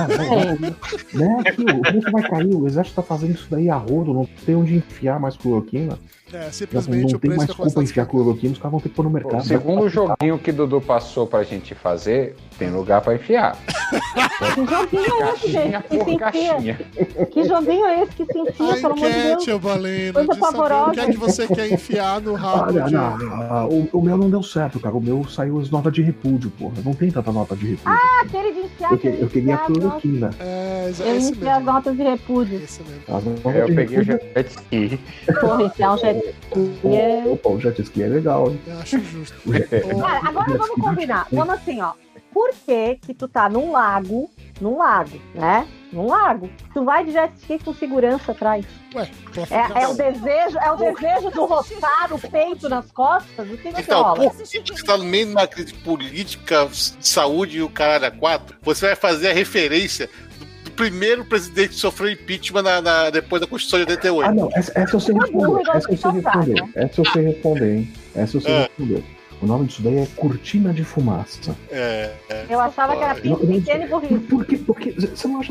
Né, aqui, o preço vai cair, o exército tá fazendo isso daí a rodo, não tem onde enfiar mais cloroquina. Simplesmente não tem mais culpa enfiar cloroquina, os caras vão ter que pôr no mercado. Segundo o joguinho que Dudu passou pra gente fazer, tem lugar pra enfiar. Que joguinho é esse, gente? Que se enfia? Que joguinho é esse que se enfia, pelo amor de Deus? Coisa pavorosa. O que é que você quer enfiar no rabo? O meu não deu certo, cara. O meu saiu as notas de repúdio, porra. Não tem tanta nota de repúdio. Aquele de enfiar. Eu queria a cloroquina. Eu enfiei as notas de repúdio. Eu peguei o jet ski. Porra, enfiar um jet ski. Opa, o jet ski é legal, hein? Eu acho justo. Cara, agora vamos combinar. Vamos assim, ó. Por que tu tá num lago, né? Num lago. Tu vai de jet ski com segurança atrás. Ué, é o desejo do roçar o peito nas costas? O que então, rola? por que você tá no meio de uma crise política, de saúde e o caralho a 4, você vai fazer a referência do primeiro presidente que sofreu impeachment depois da Constituição de 88. Não, essa eu sei responder. Essa eu sei responder, hein? Essa eu sei responder. O nome disso daí é cortina de fumaça. Eu achava que era pinto pequeno e burrice. Porque você não acha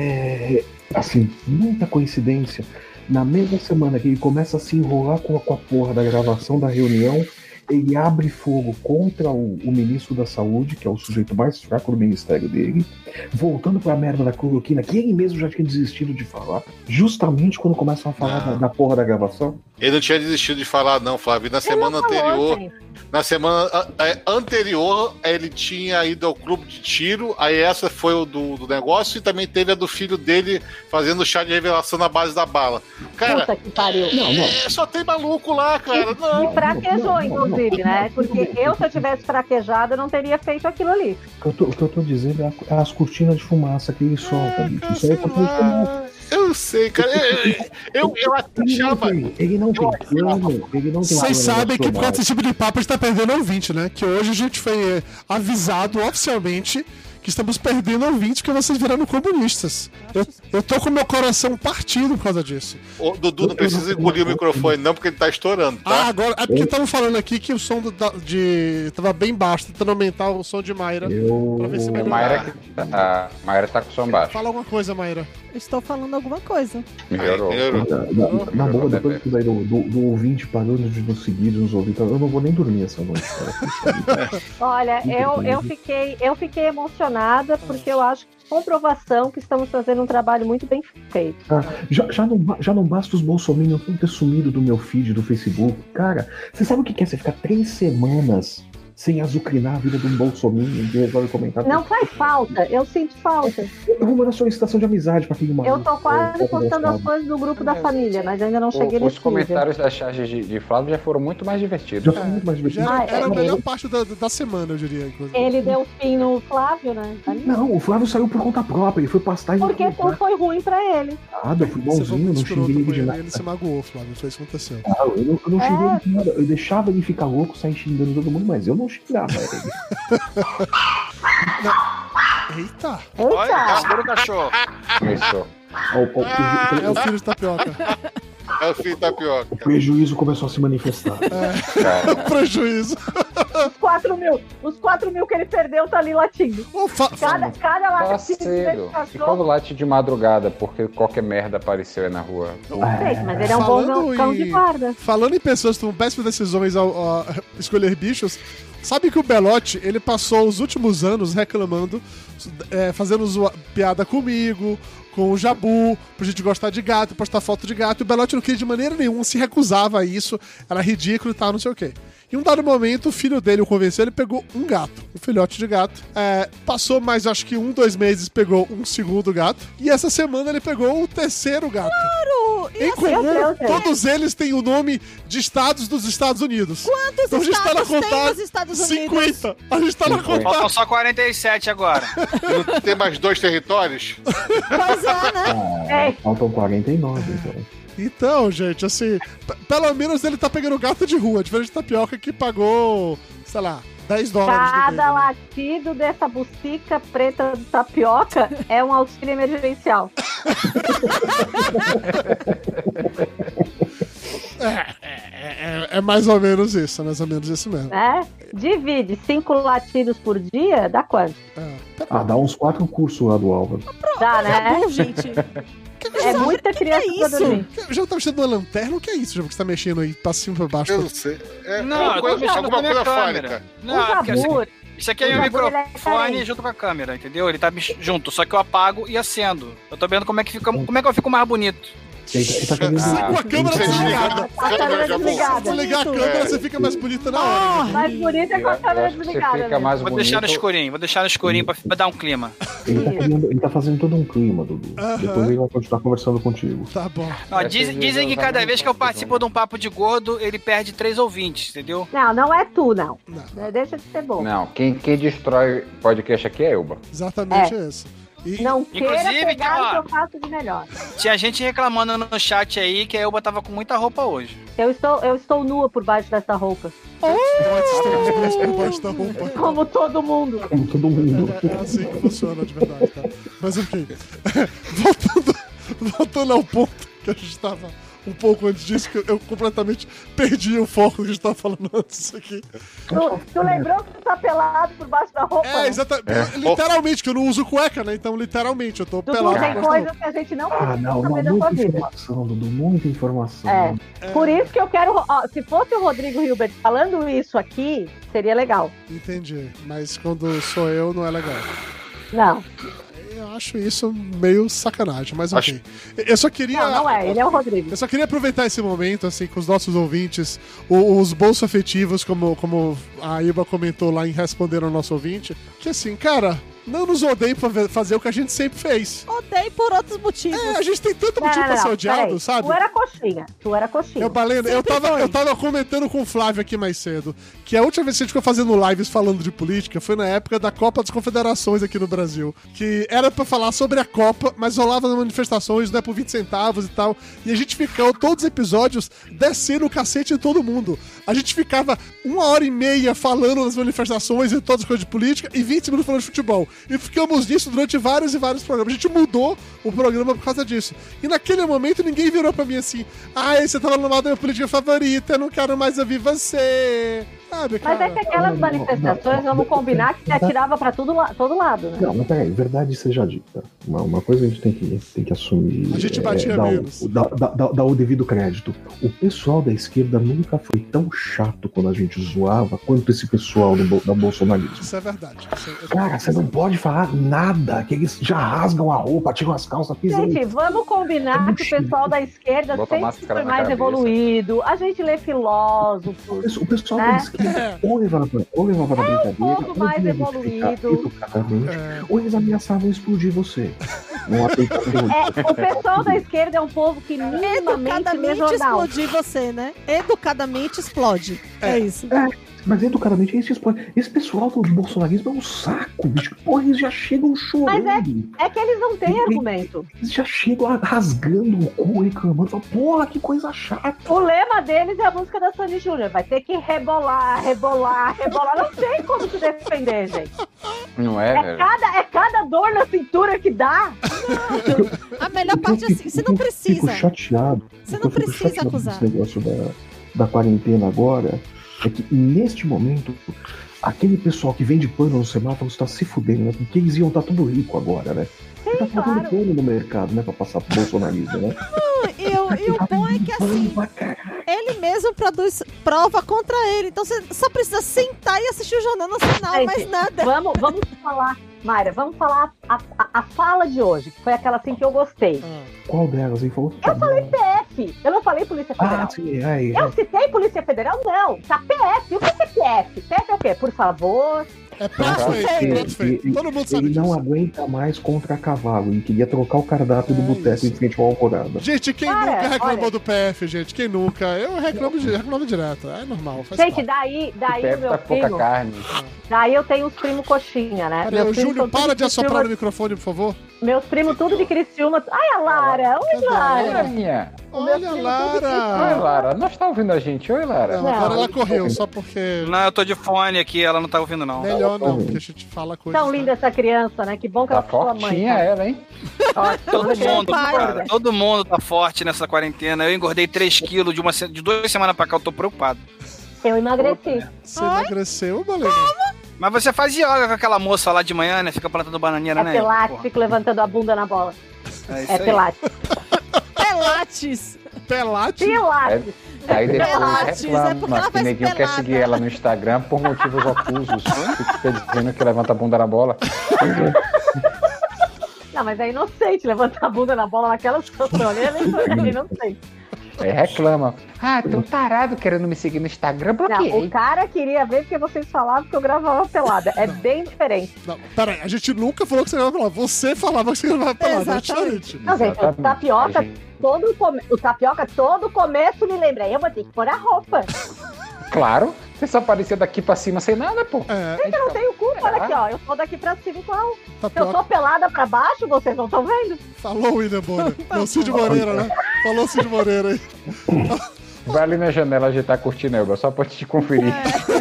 assim, muita coincidência? Na mesma semana que ele começa a se enrolar com a porra da gravação da reunião, ele abre fogo contra o ministro da Saúde, que é o sujeito mais fraco do ministério dele, voltando pra merda da cloroquina, que ele mesmo já tinha desistido de falar, justamente quando começam a falar da porra da gravação. Ele não tinha desistido de falar, não, Flávio. Na semana anterior, ele tinha ido ao clube de tiro, aí essa foi o do negócio, e também teve a do filho dele fazendo chá de revelação na base da bala. Cara, puta que pariu. Só tem maluco lá, cara. E fraquejou, inclusive, né? Porque se eu tivesse fraquejado, eu não teria feito aquilo ali. O que eu tô dizendo é as cortinas de fumaça que ele solta, bicho. Isso aí é cortina de fumaça. Eu sei, cara. Eu até achava. Ele não tem plano. Vocês sabem que por causa desse tipo de papo a gente tá perdendo ouvinte, né? Que hoje a gente foi avisado oficialmente que estamos perdendo ouvintes porque vocês viraram comunistas. Eu tô com meu coração partido por causa disso. O Dudu não precisa engolir o microfone, não, porque ele tá estourando, tá? Agora. É porque estavam falando aqui que o som tava bem baixo, tentando aumentar o som de Mayra. Pra ver se melhora. A Mayra tá com o som baixo. Fala alguma coisa, Mayra. Estou falando alguma coisa. Melhorou. Na boa, depois que do ouvinte parando de nos seguir, de nos ouvir, eu não vou nem dormir essa noite, cara. Olha, eu fiquei emocionada porque eu acho que comprovação que estamos fazendo um trabalho muito bem feito. Já não basta os bolsominions ter sumido do meu feed do Facebook. Cara, você sabe o que é você ficar 3 semanas sem azucrinar a vida de um bolsominion que resolve comentar. Não faz falta, eu sinto falta. Eu vou mandar solicitação de amizade pra aquele maluco. Eu tô quase postando as coisas do grupo da família, mas ainda não cheguei nesse Os comentários das charges de Flávio já foram muito mais divertidos. Já foi muito mais divertido. Era a melhor parte da semana, eu diria. Inclusive. Ele deu fim no Flávio, né? Não, o Flávio saiu por conta própria, ele foi pastar e... Porque tudo foi ruim pra ele. Nada, eu fui bonzinho, não xinguei ele de nada. Ele se magoou, Flávio, foi isso que aconteceu. Eu não xinguei ele de nada, eu deixava ele ficar louco, sair xingando todo mundo, mas eu não xingava ele. Eita! Olha, segura o cachorro. Começou. É o filho de Tapioca. É o filho da Tapioca. O prejuízo começou a se manifestar. O prejuízo. Os 4 mil que ele perdeu tá ali latindo. Cada latido desse cachorro. E quando late de madrugada, porque qualquer merda apareceu aí na rua. Mas ele é um bom cão de guarda. Falando em pessoas que tomam péssimas decisões ao escolher bichos, sabe que o Belotti, ele passou os últimos anos reclamando, fazendo piada comigo, com o Jabu, pra gente gostar de gato, postar foto de gato, e o Belotti não queria de maneira nenhuma, se recusava a isso, era ridículo e tal, não sei o quê. Em um dado momento, o filho dele o convenceu, ele pegou um gato, um filhote de gato. Passou mais, acho que 2 meses, pegou um segundo gato. E essa semana ele pegou o terceiro gato. Claro! Em comum, todos eles têm o nome de estados dos Estados Unidos. Quantos então, estados tem nos Estados Unidos? 50. A gente tá na contagem. Faltam só 47 agora. Não tem mais 2 territórios? Pois é, né? Faltam 49, então. Então, gente, assim, pelo menos ele tá pegando gato de rua, diferente de Tapioca que pagou, sei lá, $10. Cada latido dessa bucica preta do Tapioca é um auxílio emergencial. É mais ou menos isso, é mais ou menos isso mesmo. Divide 5 latidos por dia, dá quanto? Dá uns 4 cursos lá do Álvaro. Dá, né? Bom, gente. É muita criança pra dormir. Já tá mexendo na lanterna? O que é isso, já que você tá mexendo aí pra cima e pra baixo? Eu não sei. Não, eu tô mexendo com a minha câmera. Não, porque isso aqui é meu microfone junto com a câmera, entendeu? Ele tá junto, só que eu apago e acendo. Eu tô vendo como é que eu fico mais bonito. Com a câmera desligada. Se ligar a câmera, você fica mais bonita na hora. Mais bonita com a câmera desligada. Vou deixar no escurinho pra dar um clima. Ele tá fazendo todo um clima, Dudu. Depois ele vai continuar conversando contigo. Tá bom. Dizem que cada vez que eu participo de um papo de gordo, ele perde 3 ouvintes, entendeu? Não é tu, não. Deixa de ser bom. Não, quem destrói podcast aqui é Elba. Exatamente isso. Não queira pegar o que eu faço de melhor. Tinha gente reclamando no chat aí que a Elba tava com muita roupa hoje. Eu estou nua por baixo dessa roupa. Como todo mundo. É assim que funciona de verdade, tá? Mas enfim. Voltando ao ponto que a gente tava um pouco antes disso, que eu completamente perdi o foco que a gente tava falando antes aqui. Tu lembrou que tu tá pelado por baixo da roupa? Exatamente. Literalmente, que eu não uso cueca, né? Então, literalmente, eu tô pelado. Tem coisas que a gente não precisa saber da sua vida. Dudu, muita informação. Por isso que eu quero... se fosse o Rodrigo Hilbert falando isso aqui, seria legal. Entendi. Mas quando sou eu, não é legal. Não. Eu acho isso meio sacanagem, mas ok. Eu só queria... Não é, ele é o Rodrigo. Eu só queria aproveitar esse momento, assim, com os nossos ouvintes, os bolso-afetivos, como a Iba comentou lá em Responder ao Nosso Ouvinte, que assim, cara... Não nos odeiem pra fazer o que a gente sempre fez. Odeiem por outros motivos. A gente tem tanto motivo pra ser odiado, sabe? Tu era coxinha. Eu tava comentando com o Flávio aqui mais cedo que a última vez que a gente ficou fazendo lives falando de política foi na época da Copa das Confederações aqui no Brasil. Que era pra falar sobre a Copa, mas rolava nas manifestações, né, por 20 centavos e tal. E a gente ficou todos os episódios descendo o cacete em todo mundo. A gente ficava 1h30 falando nas manifestações e todas as coisas de política e 20 minutos falando de futebol. E ficamos nisso durante vários e vários programas. A gente mudou o programa por causa disso. E naquele momento ninguém virou pra mim assim: você tava no mal da minha política favorita, eu não quero mais ouvir você. Sabe, cara? Mas é que aquelas manifestações, vamos combinar que se atirava pra todo lado, né? Não, mas peraí, verdade seja dita. Uma coisa a gente tem que assumir. A gente batia menos. Dar o devido crédito. O pessoal da esquerda nunca foi tão chato quando a gente zoava quanto esse pessoal da bolsonarismo. Isso é verdade. Cara, você não pode falar nada, que eles já rasgam a roupa, tiram as calças, pisam. Gente, vamos combinar que o pessoal da esquerda sempre foi mais evoluído. A gente lê filósofos. O pessoal da esquerda Ou levava pra brincadeira, um pouco mais evoluído. Educadamente, ou eles ameaçavam explodir você. Não o pessoal da esquerda é um povo que minimamente lê jornal. Explodir você, né? Educadamente explode. É isso. Mas educadamente é isso. Esse pessoal do bolsonarismo é um saco, bicho. Porra, eles já chegam chorando. Mas é que eles não têm argumento. Eles já chegam rasgando o cu, reclamando. Falam, porra, que coisa chata. O lema deles é a música da Sandy Júnior. Vai ter que rebolar. Não tem como se defender, gente. Não é, velho? É cada dor na cintura que dá. Não. A melhor parte é assim, você não precisa. Fico chateado. Você não precisa acusar. Esse negócio da quarentena agora... É que, neste momento, aquele pessoal que vende pano no semáforo está se fudendo, né? Porque eles iam estar tudo rico agora, né? Sim, tá faltando pano no mercado, né? Pra passar pro bolsonarismo, né? Não, e o bom é que, assim, ele mesmo produz prova contra ele. Então você só precisa sentar e assistir o Jornal Nacional, gente, mais nada. Vamos falar, Mayra, vamos falar a fala de hoje, que foi aquela assim que eu gostei. Qual delas, hein? Eu falei PF, eu não falei Polícia Federal. Sim, eu citei Polícia Federal? Não, tá PF. O que é PF? PF é o quê? Por favor... É prato feito. Todo mundo sabe disso. Ele não aguenta mais contra cavalo. Ele queria trocar o cardápio do boteco em frente ao Alvorada. Gente, quem nunca reclamou do PF, gente? Quem nunca? Eu reclamo direto. É normal. Gente, daí o meu primo... Daí eu tenho os primos coxinha, né? Peraí, Júnior, para de assoprar no microfone, por favor. Meus primos tudo de Criciúma. Ai, a Lara. Oi, Lara. Olha, Lara. Não está ouvindo a gente. Oi, Lara. Não, agora ela correu, só porque... Não, eu tô de fone aqui, ela não tá ouvindo, não. Melhor não, porque a gente fala coisa. Tão linda essa criança, né? Que bom que ela ficou a mãe. Fortinha ela, hein? Todo mundo tá forte nessa quarentena. Eu engordei 3 quilos de 2 semanas pra cá, eu tô preocupado. Eu emagreci. Você emagreceu, Balena? Mas você faz yoga com aquela moça lá de manhã, né? Fica plantando bananeira, né? Pilates, fica levantando a bunda na bola. É Pilates. Pilates. Aí depois reclama que neguinho quer seguir ela no Instagram por motivos ocultos. Fica dizendo que levanta a bunda na bola. Não, mas é inocente levantar a bunda na bola naquela situação. É inocente. Aí reclama. Tem um tarado querendo me seguir no Instagram, bloqueei. Não, o cara queria ver porque vocês falavam que eu gravava pelada. É bem diferente. Não, peraí, a gente nunca falou que você gravava pelada. Você falava que você gravava pelada. É diferente. Não, gente, o tapioca todo começo me lembra. Eu vou ter que pôr a roupa. Claro. Você só aparecia daqui pra cima sem nada, pô. Gente, eu não tenho culpa. Olha aqui, ó. Eu tô daqui pra cima igual. Se eu tô pelada pra baixo, vocês não estão vendo? Falou o William Bonner. Não, Cid Moreira, né? Falou o Cid Moreira aí. Vai ali na janela ajeitar a cortina, Elba, só pra te conferir.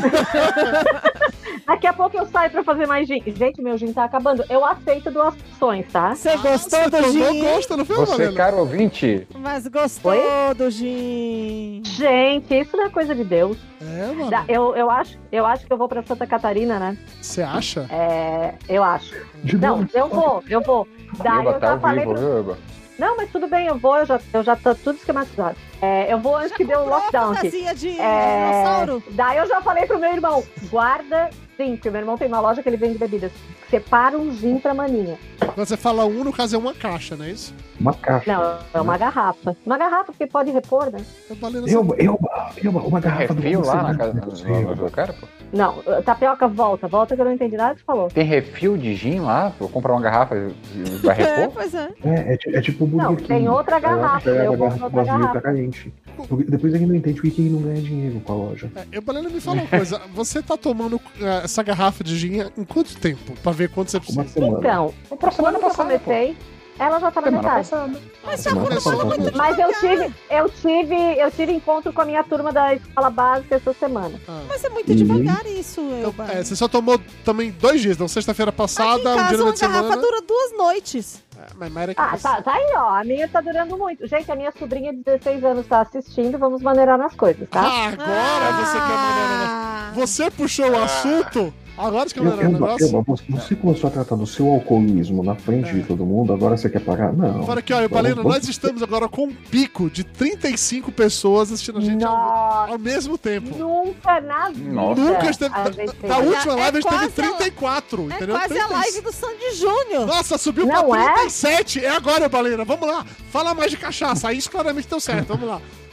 Daqui a pouco eu saio pra fazer mais gin. Gente, meu gin tá acabando. Eu aceito doações, tá? Você gostou do gin? Não foi, você, caro ouvinte. Mas gostou do gin. Gente, isso não é coisa de Deus. Mano. Eu acho que eu vou pra Santa Catarina, né? Você acha? Eu acho. Não, eu vou. Daí Elba, eu já falei vivo, viu, Elba? Não, mas tudo bem, eu já tô tudo esquematizado. Eu vou antes que dê o lockdown aqui. De dinossauro? Daí eu já falei pro meu irmão, guarda gin, porque meu irmão tem uma loja que ele vende bebidas. Separa um gin pra maninha. Quando você fala no caso é uma caixa, não é isso? Uma caixa. Não, é uma garrafa. Uma garrafa, porque pode repor, né? Uma garrafa do refil lá na casa do cara, pô? Não, tapioca, volta que eu não entendi nada que você falou. Tem refil de gin lá? Vou comprar uma garrafa e vai repor? Pois é. É tipo o Burger Não, tem outra garrafa. Eu vou outra garrafa. Tá carente. Depois a gente não entende por que ele não ganha dinheiro com a loja. Balena, me fala uma coisa. Você tá tomando essa garrafa de gin em quanto tempo? Pra ver quanto você precisa? Uma semana. Então, quando eu comecei... Ela já tá na metade. Mas já começou muito Mas eu tive encontro com a minha turma da escola básica essa semana. Mas é muito devagar isso, Elba. Você só tomou também 2 dias, não? Sexta-feira passada, aqui em casa, um dia na semana. Uma garrafa dura 2 noites. Tá aí, ó. A minha tá durando muito. Gente, a minha sobrinha de 16 anos tá assistindo. Vamos maneirar nas coisas, tá? Agora você quer maneirar. Você puxou o assunto... Agora que você começou a tratar do seu alcoolismo na frente de todo mundo, agora você quer parar? Não. Fora que, olha, Balena, nós estamos agora com um pico de 35 pessoas assistindo a gente ao mesmo tempo. Nunca na vida. Nunca esteve. Na última live a gente teve 34, entendeu? É quase a live do Sandy Júnior. Nossa, subiu pra 37. É agora, Balena. Vamos lá. Fala mais de cachaça. Aí isso claramente deu certo. Vamos lá.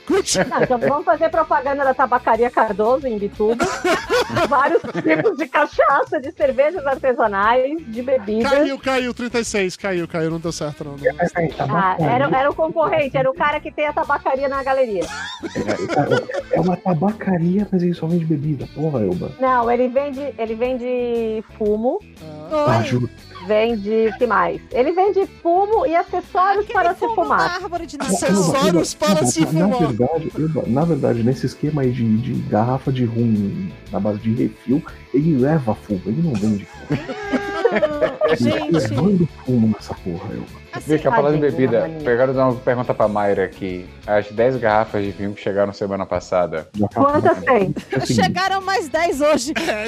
Não, então vamos fazer propaganda da Tabacaria Cardoso em Bituba. Vários tipos de cachaça, de cervejas artesanais, de bebidas. Caiu, 36, caiu, não deu certo não. Era o concorrente, era o cara que tem a tabacaria na galeria. É uma tabacaria, mas ele só vende bebida, porra, Elba. Não, ele vende fumo. Juro. Vende, o que mais? Ele vende fumo e acessórios para se fumar. Acessórios para se fumar. Na verdade, nesse esquema aí de garrafa de rum na base de refil, ele leva fumo, ele não vende fumo. Gente. Levando fumo nessa porra, Deixa eu falar de bebida. Pegaram dar uma pergunta pra Mayra aqui. As 10 garrafas de vinho que chegaram semana passada. Quantas tem? Chegaram mais 10 hoje.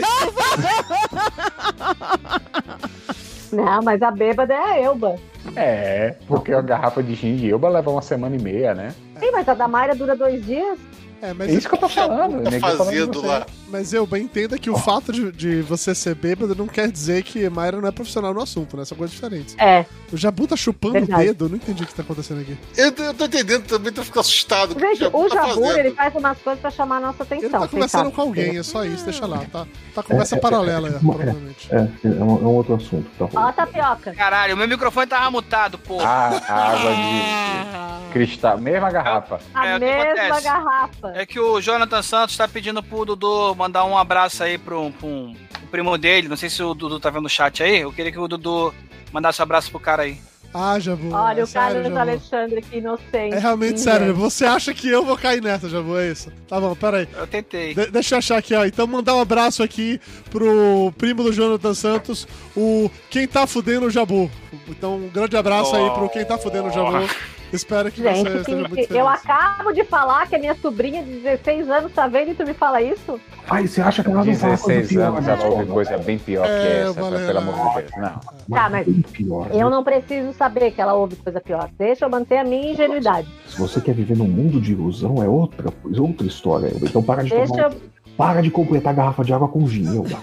Não, mas a bêbada é a Elba. Porque a garrafa de gin de Elba leva 1 semana e meia, né? Sim, mas a da Mayra dura 2 dias. Mas isso que eu tô falando. Fazendo lá. Mas eu bem entenda que o fato de você ser bêbado não quer dizer que Mayra não é profissional no assunto, né? São coisas diferentes. O Jabu tá chupando o dedo, eu não entendi o que tá acontecendo aqui. Eu tô entendendo também, tô ficando assustado. Gente, o Jabu, ele faz umas coisas pra chamar a nossa atenção. Ele tá conversando com alguém, é só isso, deixa lá. Tá conversa paralela, provavelmente. É um outro assunto. Tá. Ó a tapioca. Caralho, o meu microfone tava mutado, pô. A água de cristal, mesma garrafa. A mesma garrafa. É que o Jonathan Santos tá pedindo pro Dudu mandar um abraço aí pro primo dele. Não sei se o Dudu tá vendo o chat aí. Eu queria que o Dudu mandasse um abraço pro cara aí. Jabu. Olha, o Carlos Alexandre, que inocente. É realmente sério, você acha que eu vou cair nessa, Jabu, é isso? Tá bom, peraí. Eu tentei. Deixa eu achar aqui, ó. Então mandar um abraço aqui pro primo do Jonathan Santos, o Quem Tá Fudendo o Jabu. Então um grande abraço aí pro Quem Tá Fudendo o Jabu. Espero que você esteja muito feliz. Eu acabo de falar que a minha sobrinha de 16 anos tá vendo e tu me fala isso? Você acha que ela não fala coisa 16 anos ela ouve coisa bem pior que essa, pelo amor de Deus. Não. Tá, mas eu não preciso saber que ela ouve coisa pior. Deixa eu manter a minha ingenuidade. Se você quer viver num mundo de ilusão, é outra história. Então para de completar a garrafa de água com gin, Elba.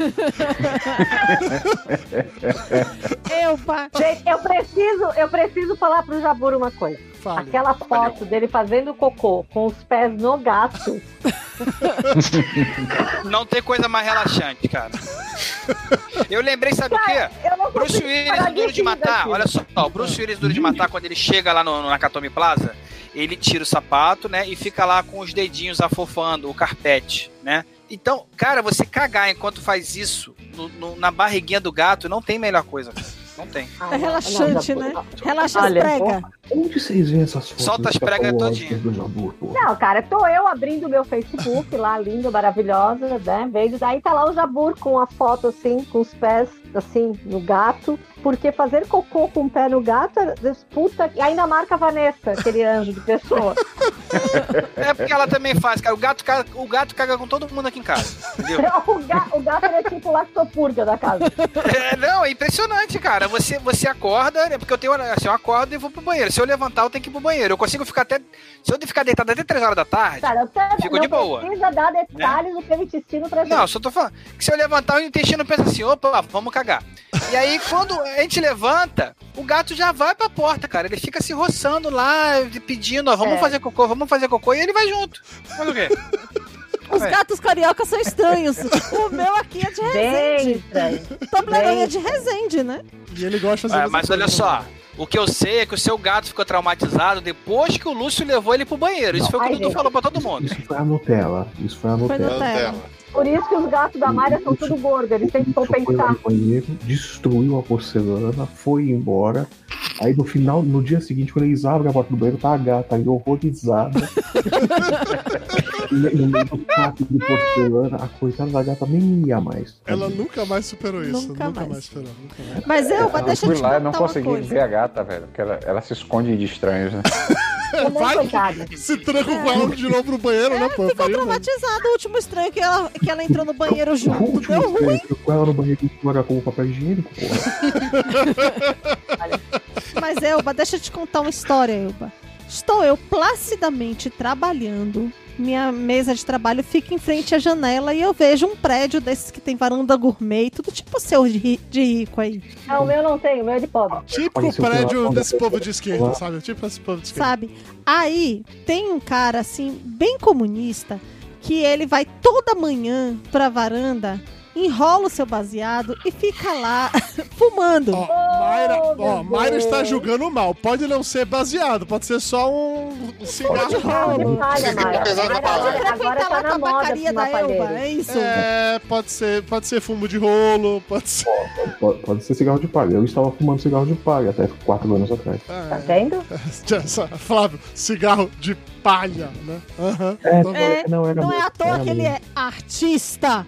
Gente, eu preciso falar pro Jabur uma coisa. Aquela foto dele fazendo cocô com os pés no gato. Não tem coisa mais relaxante, cara. Eu lembrei, sabe o quê? Bruce Willis do Duro de Matar. Olha só, o Bruce Willis do Duro de Matar, quando ele chega lá no Nakatomi Plaza, ele tira o sapato, né, e fica lá com os dedinhos afofando o carpete, né? Então, cara, você cagar enquanto faz isso na barriguinha do gato, não tem melhor coisa. Não tem. É relaxante, né? Relaxa as pregas. Onde vocês veem essas fotos? Solta as pregas todinha. Não, cara, tô eu abrindo meu Facebook lá, lindo, maravilhosa, né? Vejo, aí tá lá o Jabur com a foto assim, com os pés assim, no gato. Porque fazer cocô com o pé no gato, puta, e ainda marca a Vanessa, aquele anjo de pessoa. É porque ela também faz, cara. O gato caga com todo mundo aqui em casa. Entendeu? O gato é tipo lactopurga da casa. Não, é impressionante, cara. Você acorda, né? Porque eu tenho assim, eu acordo e vou pro banheiro. Se eu levantar, eu tenho que ir pro banheiro. Eu consigo ficar se eu ficar deitado até 3 horas da tarde, cara, fico de boa. Não precisa dar detalhes do teu intestino pra gente. Não, só tô falando que se eu levantar, o intestino pensa assim, opa, vamos cagar. E aí, quando a gente levanta, o gato já vai pra porta, cara. Ele fica se roçando lá, pedindo, ó, vamos fazer cocô, e ele vai junto. Faz o quê? Os gatos cariocas são estranhos. O meu aqui é de Resende. Toblerone é de Resende, né? E ele gosta de mas olha só, o que eu sei é que o seu gato ficou traumatizado depois que o Lúcio levou ele pro banheiro. Isso foi o que o Dudu falou pra todo mundo. Isso foi a Nutella. Por isso que os gatos da Mayra são tudo gordos, eles têm que compensar. Foi lá no banheiro, destruiu a porcelana, foi embora. Aí no final, no dia seguinte, quando eles abrem a porta do banheiro, tá a gata aí horrorizada. No meio do prato de porcelana, a coitada da gata nem ia mais. Ela nunca mais superou isso. Nunca mais superou. Mas deixa eu te lá, eu não consegui ver a gata, velho, porque ela se esconde de estranhos, né? Se tranca com ela de novo no banheiro, né, pô? Ficou traumatizado. O último estranho que ela entrou no banheiro junto. Deu ruim. Com ela no banheiro e jogar como papel higiênico, porra. Mas, Elba, deixa eu te contar uma história, Elba. Estou eu placidamente trabalhando minha mesa de trabalho fica em frente à janela e eu vejo um prédio desses que tem varanda gourmet, tudo tipo seu de rico aí. Não, o meu não tem, o meu é de pobre. Tipo o prédio desse povo de esquerda, sabe? Tipo esse povo de esquerda. Sabe? Aí tem um cara, assim, bem comunista, que ele vai toda manhã pra varanda, enrola o seu baseado e fica lá fumando. Mayra está julgando mal. Pode não ser baseado, pode ser só um cigarro de rolo. Agora tá na tabacaria da Elba, é isso? Pode ser fumo de rolo, pode ser... Pode ser cigarro de palha. Eu estava fumando cigarro de palha até 4 anos atrás. Tá vendo? Flávio, cigarro de palha, né? Não é à toa que ele é artista.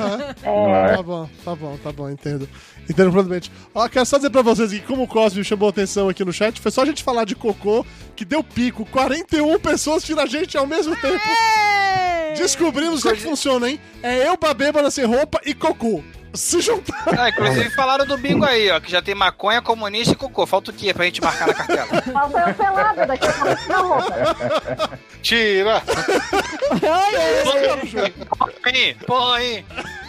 Tá bom, entendo. Entendo completamente. Quero só dizer pra vocês que como o Cosme chamou atenção aqui no chat, foi só a gente falar de cocô que deu pico. 41 pessoas tiram a gente ao mesmo tempo. Descobrimos como é que funciona, hein? É eu, bêbada sem roupa e cocô. Se juntar. Inclusive falaram do bingo aí, ó, que já tem maconha, comunista e cocô. Falta o quê pra gente marcar na cartela? Falta eu pelado, daqui a pouco na roupa. Tira! Põe!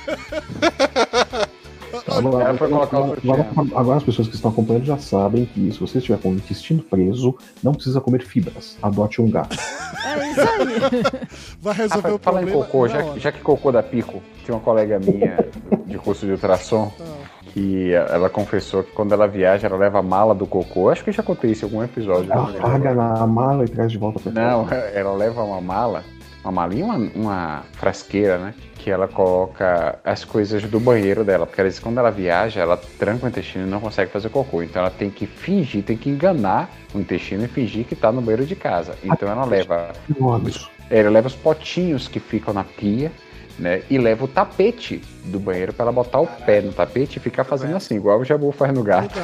Agora as pessoas que estão acompanhando já sabem que se você estiver com o intestino preso, não precisa comer fibras. Adote um gato. É isso aí. Vai resolver o problema. Fala em cocô, já que cocô dá pico, tinha uma colega minha de curso de ultrassom que ela confessou que quando ela viaja, ela leva a mala do cocô. Acho que eu já contei isso em algum episódio. Ela paga na mala e traz de volta pra casa. Não, ela leva uma malinha, uma frasqueira, né? Que ela coloca as coisas do banheiro dela, porque ela diz que quando ela viaja, ela tranca o intestino e não consegue fazer cocô, então ela tem que enganar o intestino e fingir que tá no banheiro de casa. Então ela leva os potinhos que ficam na pia, né, e leva o tapete do banheiro pra ela botar o pé no tapete e ficar fazendo assim, igual o Jabu faz no gato.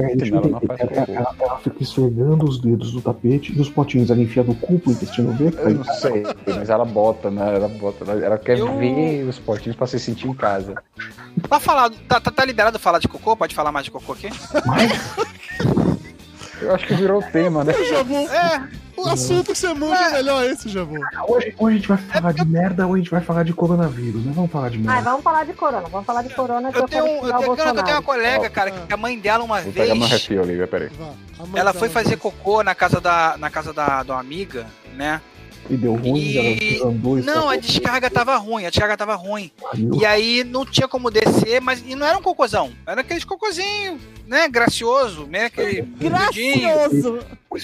Ela fica esfregando os dedos do tapete e os potinhos, ela enfia no cu pro intestino dele. Eu não sei, mas ela bota, né? Ela quer ver os potinhos pra se sentir em casa. Pra falar, tá liberado falar de cocô? Pode falar mais de cocô aqui? Eu acho que virou o tema, né? O assunto que você manda é melhor esse, Jabu. Hoje a gente vai falar de merda ou a gente vai falar de coronavírus, né? Vamos falar de merda. Vamos falar de corona. Eu tenho uma colega, cara, que a mãe dela uma vez... Vou pegar meu refil, Olivia, peraí. Ela foi fazer cocô na casa da uma amiga, né? E deu ruim, Não, a descarga tava ruim. E aí não tinha como descer, mas e não era um cocôzão. Era aquele cocôzinho, né? Gracioso, né? Aquele gracioso.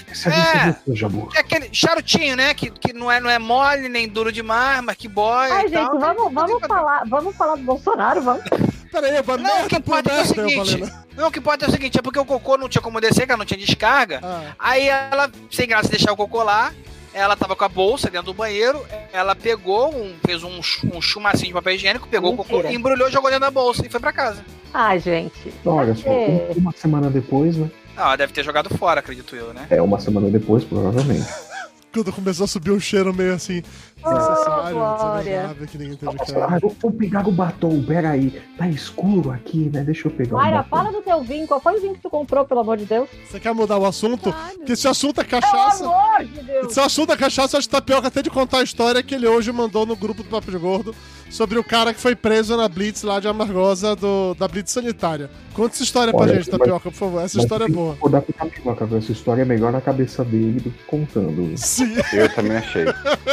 É aquele charutinho, né? Que não é mole, nem duro demais, mas que boy. Ai, gente, vamos falar do Bolsonaro, vamos. Peraí, o que pode é o seguinte. Não, o que pode é o seguinte, é porque o cocô não tinha como descer, que ela não tinha descarga. Aí ela, sem graça, deixar o cocô lá. Ela tava com a bolsa dentro do banheiro, ela pegou, fez um chumacinho de papel higiênico, pegou o cocô, embrulhou, jogou dentro da bolsa e foi pra casa. Ai, gente. Olha só, uma semana depois, né? Não, ela deve ter jogado fora, acredito eu, né? Uma semana depois, provavelmente. Quando começou a subir um cheiro meio assim, desnecessário, desagradável, que ninguém entende o que é. Vou pegar o batom, peraí. Tá escuro aqui, né? Deixa eu pegar Mayra, fala do teu vinho. Qual foi o vinho que tu comprou, pelo amor de Deus? Você quer mudar o assunto? Porque se o assunto é cachaça... Pelo amor de Deus! Se o assunto é cachaça, eu acho que Tapioca até de contar a história que ele hoje mandou no grupo do Papo de Gordo sobre o cara que foi preso na Blitz lá de Amargosa, da Blitz sanitária. Conta essa história pra gente, Tapioca, por favor. Essa história é boa. Vou dar pro Tapioca, essa história é melhor na cabeça dele do que contando. Sim. Eu também achei.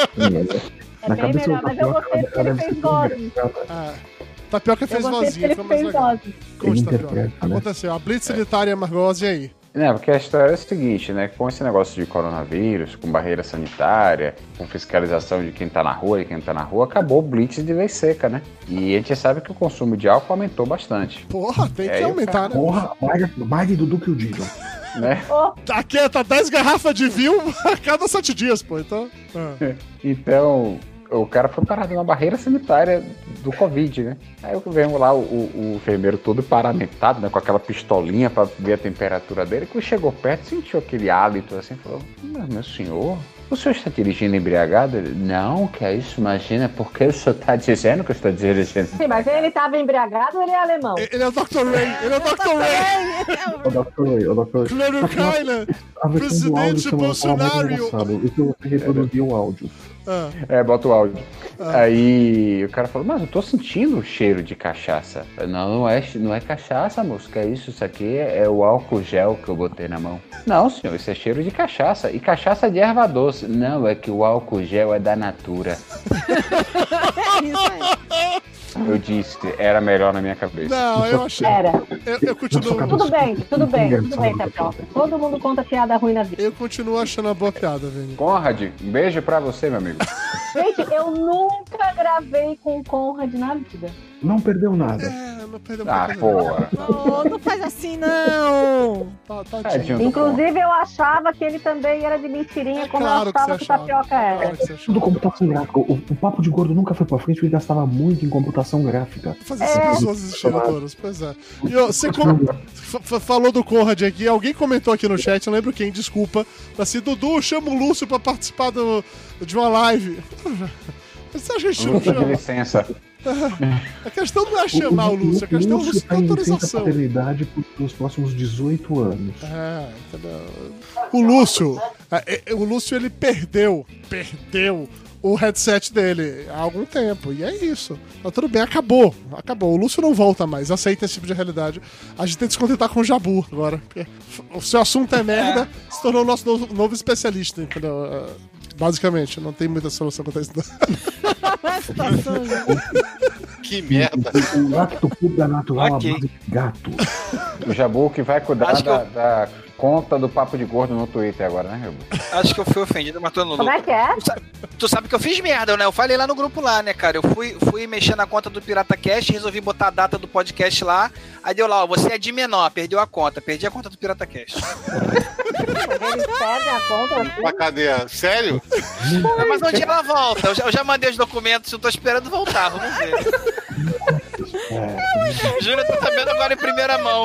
É bem melhor, mas eu gostei porque ele fez voz. Tapioca fez vozinha, foi mais legal. Conte, Tapioca. O que aconteceu? A Blitz sanitária em Amargosa, e aí? Porque a história é a seguinte, né? Com esse negócio de coronavírus, com barreira sanitária, com fiscalização de quem tá na rua e quem não tá na rua, acabou o blitz de lei seca, né? E a gente sabe que o consumo de álcool aumentou bastante. Porra, tem que aumentar, né? Porra, mais do que o Dino. Né? Aqui tá 10 garrafas de vinho a cada 7 dias, pô, então... Então... O cara foi parado na barreira sanitária do Covid, né? Aí eu venho lá, o enfermeiro todo paramentado, né? Com aquela pistolinha pra ver a temperatura dele. Quando chegou perto, sentiu aquele hálito assim, falou: meu senhor, o senhor está dirigindo embriagado? Ele: não, que é isso? Imagina, porque o senhor está dizendo que eu estou dirigindo? Sim, mas ele estava embriagado ou ele é alemão? Ele é o Dr. Ray, O Dr. Cloroquina, presidente Bolsonaro. Eu queria reproduzir um áudio. Bota o áudio. Aí o cara falou, mas eu tô sentindo o cheiro de cachaça. Não é cachaça, moço, que é isso? Isso aqui é o álcool gel que eu botei na mão. Não, senhor, isso é cheiro de cachaça. E cachaça de erva doce. Não, é que o álcool gel é da Natura. É isso aí. Eu disse, era melhor na minha cabeça. Não, eu achei. Era. Eu continuo. Tudo bem, Tapioca. Todo mundo conta piada ruim na vida. Eu continuo achando a boa piada, Vini. Conrad, um beijo pra você, meu amigo. Gente, eu nunca gravei com o Conrad na vida. Não perdeu nada. Não perdeu nada. Porra. Não faz assim, não. Inclusive, eu achava que ele também era de mentirinha, como eu achava que o Tapioca era. Tudo computação gráfica. O Papo de Gordo nunca foi pra frente porque gastava muito em computação gráfica. Fazer essas pessoas existindo todas, pois é. E você falou do Conrad aqui, alguém comentou aqui no chat, não lembro quem, desculpa, assim, Dudu, chama o Lúcio pra participar de uma live. Você acha que a gente não chama? Licença. A questão não é chamar o Lúcio, a questão é o Lúcio ter autorização. Paternidade pelos próximos 18 anos. Entendeu? O Lúcio, ele perdeu o headset dele há algum tempo, e é isso. Mas tudo bem, acabou. O Lúcio não volta mais, aceita esse tipo de realidade. A gente tem que se contentar com o Jabu agora. Porque o seu assunto é merda, se tornou o nosso novo especialista, entendeu? Basicamente, não tem muita solução quanto a isso. Que merda. O lactopub da natural a base de gato. O Jabu que vai cuidar da conta do Papo de Gordo no Twitter agora, né, Jabu? Acho que eu fui ofendido, mas tô no lucro. Como é que é? Tu sabe que eu fiz merda, né? Eu falei lá no grupo lá, né, cara? Eu fui mexer na conta do PirataCast, resolvi botar a data do podcast lá, aí deu lá, ó, você é de menor, perdeu a conta. Perdi a conta do PirataCast. Eles perdem a conta assim? Pra cadeia. Sério? Mas um dia ela volta. Eu já mandei os documentos, eu tô esperando voltar, vamos ver. Júlia tá sabendo agora em primeira mão.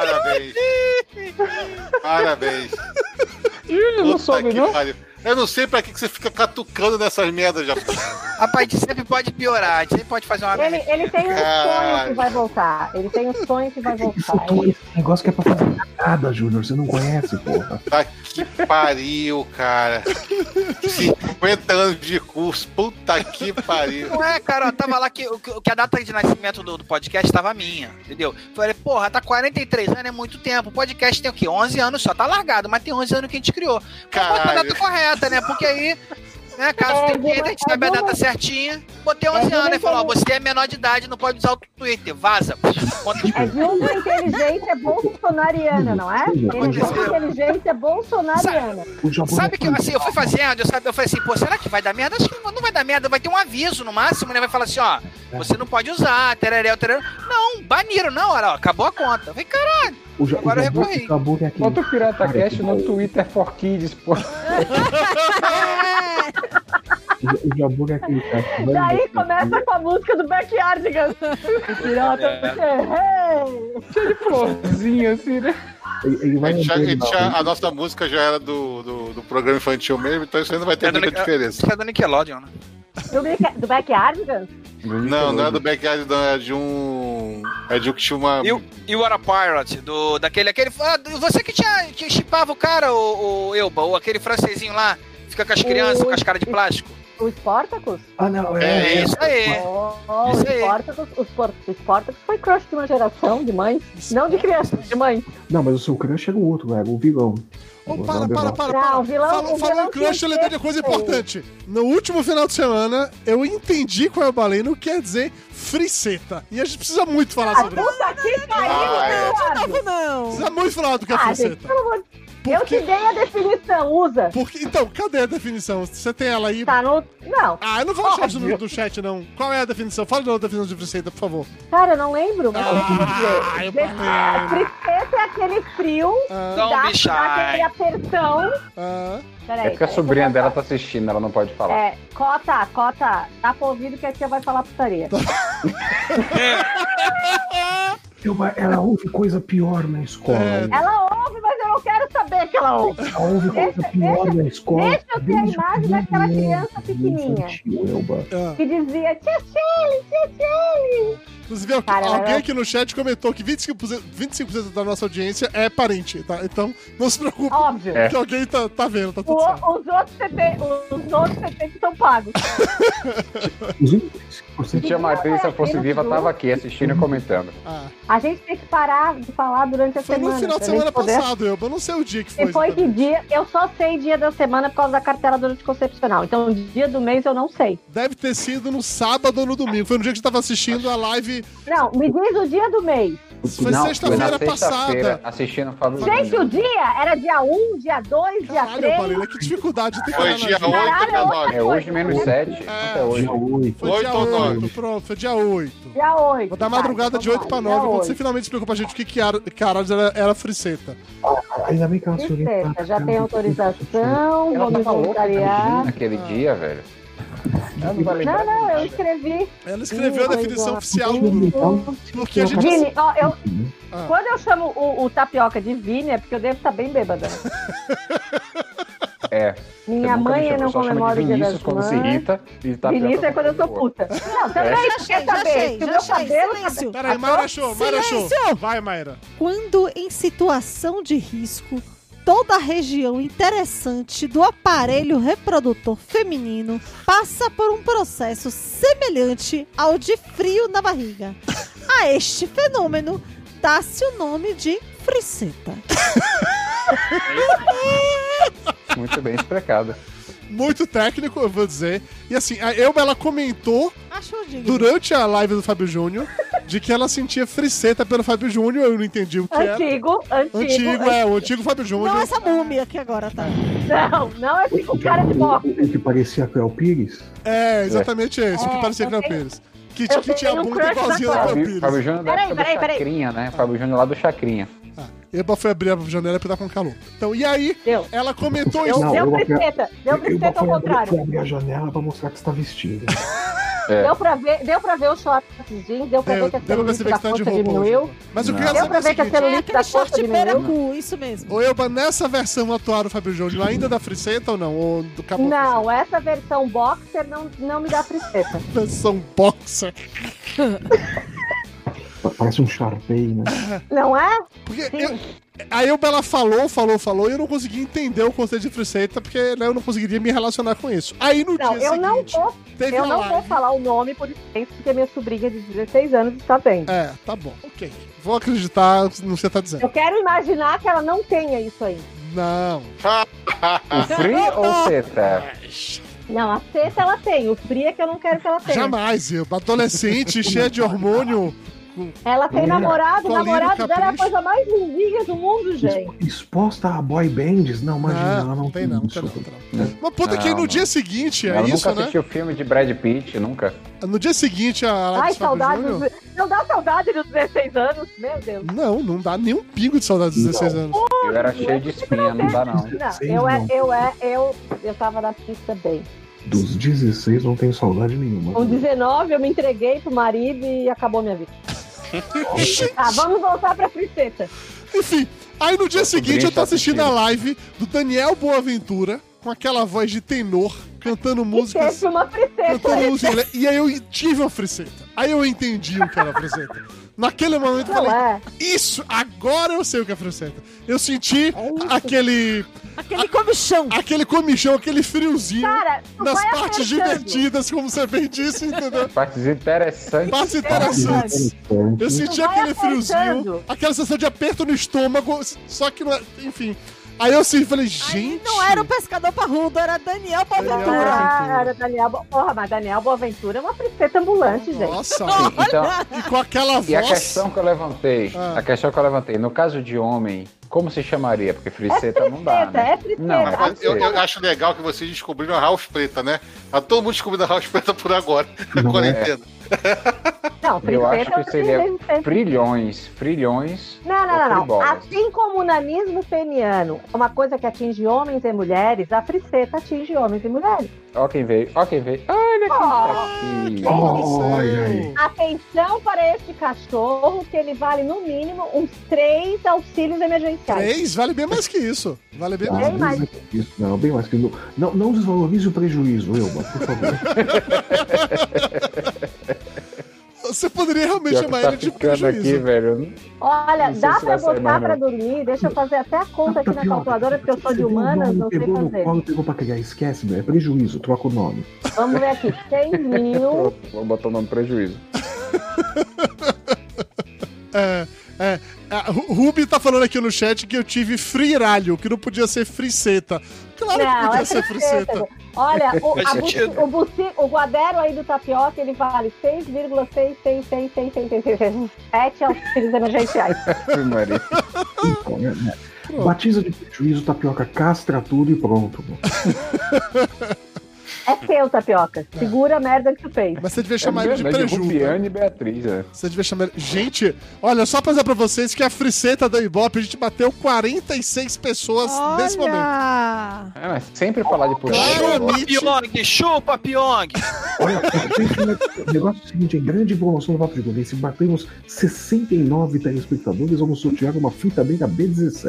Parabéns. Não soube, não? Eu não sei pra que você fica catucando nessas merdas, já. Rapaz, a gente sempre pode piorar, a gente sempre pode fazer uma merda. Ele tem um sonho que vai voltar. Esse negócio que é pra fazer cagada, Júnior. Você não conhece, porra. Tá que pariu, cara. 50 anos de curso. Puta que pariu. Não é, cara, ó, tava lá que a data de nascimento do podcast tava minha, entendeu? Falei, porra, tá 43 anos, é muito tempo. O podcast tem o quê? 11 anos só, tá largado, mas tem 11 anos que a gente criou. Bota a data correta, né? Porque aí, né, caso tenha, a gente sabe a data certinha. Botei 11 anos e falou, ó, você é menor de idade, não pode usar o Twitter, vaza. É de uma inteligência bolsonariana, não é? Inteligência bolsonariana. Sabe que assim, eu fui fazendo, eu falei assim, pô, será que vai dar merda? Acho que não vai dar merda, vai ter um aviso no máximo, né? Vai falar assim, ó, você não pode usar, tereré. Não, baniram na hora, ó, acabou a conta. Eu falei, caralho. Agora eu recorri. Bota o PirataCast no Twitter for Kids, pô. O Jabu é aquele cara. Daí começa com a música do Backyardigans. O pirata cheio de florzinha assim, né? A nossa música já era do programa infantil mesmo, então isso aí não vai ter muita diferença. Isso é da Nickelodeon, né? Do Backyardigans? Não é do Backyardigans, é de um. É de um que chama. You Are a Pirate, daquele. Você que chipava o cara, o Elba, ou aquele francesinho lá, fica com as crianças, com as caras de plástico. O Spartacus? Ah, não, é isso aí. O Spartacus foi crush de uma geração de mães, não de crianças, de mães. Não, mas o seu crush era o outro, era o vilão. Para. Não, Falou em crush, eu lembrei de coisa importante. No último final de semana, eu entendi qual é o baleno, quer dizer friceta. E a gente precisa muito falar sobre isso. Puta que pariu, não. Precisa muito falar do que é friceta. Eu te dei a definição, usa. Então, cadê a definição? Você tem ela aí? Tá no... Não. Eu não vou achar isso do chat, não. Qual é a definição? Fala da definição de friceta, por favor. Cara, eu não lembro. Mas friceta é aquele frio, dá aquele apertão. É porque a sobrinha dela tá assistindo, ela não pode falar. Cota, tá pro ouvido que a tia vai falar putaria. Ela ouve coisa pior na escola. Ela ouve, mas eu não quero saber que ela ouve. Ela ouve coisa pior na escola. Deixa eu ter a imagem daquela criança pequenininha. Que dizia, tia Shelly. Inclusive, alguém aqui no chat comentou que 25% da nossa audiência é parente, tá? Então, não se preocupe. Óbvio. Que alguém tá vendo, tá tudo certo. Os outros 70 estão pagos. Se a Marisa fosse viva, tava aqui assistindo e comentando. A gente tem que parar de falar durante a semana. Foi no final de semana passado, eu não sei o dia que foi. E foi que dia? Eu só sei dia da semana por causa da cartela do anticoncepcional. Então, dia do mês eu não sei. Deve ter sido no sábado ou no domingo. Foi no dia que a gente tava assistindo a live. Não, me diz o dia do mês. Foi sexta-feira passada. Assistindo o Fábio Gente, o dia era dia 1, dia 2, dia 3. Caralho, que dificuldade. Tem foi dia 8 ou dia 9? É hoje menos 7. Até hoje. Foi dia 8. Pronto, foi dia 8. Dia 8. Vou dar madrugada de 8 pra 9. Quando você finalmente explicou pra gente o que era friceta. Ainda bem que ela Friceta, já tem autorização, vou me voluntariar. Naquele dia, velho. Não, eu escrevi. Ela escreveu a definição oficial do grupo. Porque a gente... Vini, quando eu chamo o Tapioca de Vini, é porque eu devo estar bem bêbada. Minha mãe não comemora o dia das mães. Se irrita, Vinícius é quando eu sou puta. Não, também quer saber. Se o meu cabelo... Silêncio. Peraí, Mayra achou. Vai, Mayra. Quando em situação de risco, toda a região interessante do aparelho reprodutor feminino passa por um processo semelhante ao de frio na barriga. A este fenômeno dá-se o nome de friceta. Muito bem explicado. Muito técnico, eu vou dizer. E assim, ela comentou durante a live do Fábio Júnior de que ela sentia friceta pelo Fábio Júnior. Eu não entendi o que era. Antigo, o antigo Fábio Júnior. Não essa múmia aqui agora, tá? Não é o cara de boxe. O que parecia Cléo Pires? É, exatamente esse, o que parecia Cléo Pires. Que tinha a bunda igualzinha da Cléo Pires. Fábio Júnior da época do Chacrinha, né? Fábio Júnior lá do Chacrinha. Eba foi abrir a janela pra dar com calor. Então, e aí, ela comentou isso. Deu friceta ao contrário. Eu abri a janela pra mostrar que você tá vestido. Deu pra ver o shortzinho, deu pra ver que a celulite da coxa diminuiu. Mas eu queria saber o seguinte. Deu pra ver que a celulite da coxa diminuiu. Isso mesmo. Ô, Elba, nessa versão atual do Fábio Júnior, ainda dá friceta ou não? Ou do caboclo? Não, essa versão boxer não me dá friceta. Versão boxer. Parece um Sharpei, né? Não é? Porque aí ela falou e eu não consegui entender o conceito de friceta, porque eu não conseguiria me relacionar com isso. Aí no dia seguinte... Eu não vou falar o nome por licença, porque minha sobrinha de 16 anos está vendo. Tá bom, ok. Vou acreditar no que você tá dizendo. Eu quero imaginar que ela não tenha isso aí. Não. O free ou seta? Não, a seta ela tem, o free é que eu não quero que ela tenha. Jamais, adolescente, cheia de hormônio... Ela tem namorado, o namorado dela é a coisa mais lindinha do mundo, gente. Exposta a boy bands? Não, imagina, ela não tem isso. Mas puta que no dia seguinte, ela isso, né? Nunca assistiu o filme de Brad Pitt, nunca. No dia seguinte, saudade. Não dá saudade dos 16 anos, meu Deus. Não dá nem um pingo de saudade dos 16 anos. Eu era cheio de espinha, não dá não. Eu tava na pista bem. Dos 16 não tenho saudade nenhuma. Com 19 eu me entreguei pro marido e acabou minha vida. Vamos voltar pra friceta. Enfim, aí no dia seguinte eu tô assistindo a live do Daniel Boaventura com aquela voz de tenor, cantando músicas. Teve uma friceta. E aí eu tive uma friceta. Aí eu entendi o que era friceta. Naquele momento eu falei, isso, agora eu sei o que é friceta. Eu senti aquele comichão. Aquele comichão, aquele friozinho. Cara, nas partes divertidas, como você bem disse, entendeu? Partes interessantes. Eu senti aquele friozinho, aquela sensação de aperto no estômago, só que não é, enfim. Aí eu falei, gente... Aí não era o pescador parrudo, era Daniel Boaventura. Era Daniel... Porra, mas Daniel Boaventura é uma friceta ambulante, gente. Nossa, então, e com aquela voz... E a questão que eu levantei, no caso de homem, como se chamaria? Porque friceta não dá, né? Não, eu acho legal que vocês descobriram a House Preta, né? Tá todo mundo descobrindo a House Preta por agora, na quarentena. Não, eu acho que seria frilhões. Não. Assim como o nanismo peniano é uma coisa que atinge homens e mulheres, a friceta atinge homens e mulheres. Ó quem veio. Olha aqui. Atenção para este cachorro, que ele vale no mínimo uns 3 auxílios emergenciais. 3? Vale bem mais que isso. Vale bem mais que isso. Não, bem mais que isso. Não desvalorize o prejuízo, Elba, por favor. poderia realmente chamar ele de prejuízo. Aqui, velho. Olha, dá pra botar pra dormir, deixa eu fazer até a conta aqui na calculadora, porque eu sou de humanas, não sei fazer. Pegou pra criar, esquece, meu, é prejuízo, troca o nome. Vamos ver aqui, 100 mil... Vou botar o nome prejuízo. Ruby tá falando aqui no chat que eu tive friralho, que não podia ser friceta. Claro que podia ser friceta. Olha, o guadero aí do Tapioca, ele vale 6,66677 auxílios emergenciais. Batiza de prejuízo, Tapioca, castra tudo e pronto. É seu, Tapioca. Segura a merda que tu fez. Mas você devia chamar ele de prejuízo. Rubiane e Beatriz, Você devia chamar ele... Gente, olha, só pra dizer pra vocês que a friceta da Ibope, a gente bateu 46 pessoas nesse momento. Mas sempre falar de Pyong, chupa, Pyong! Olha, o negócio é o seguinte, em grande promoção do Papo de Gordo, se batemos 69 telespectadores, vamos sortear uma fita Mega B17.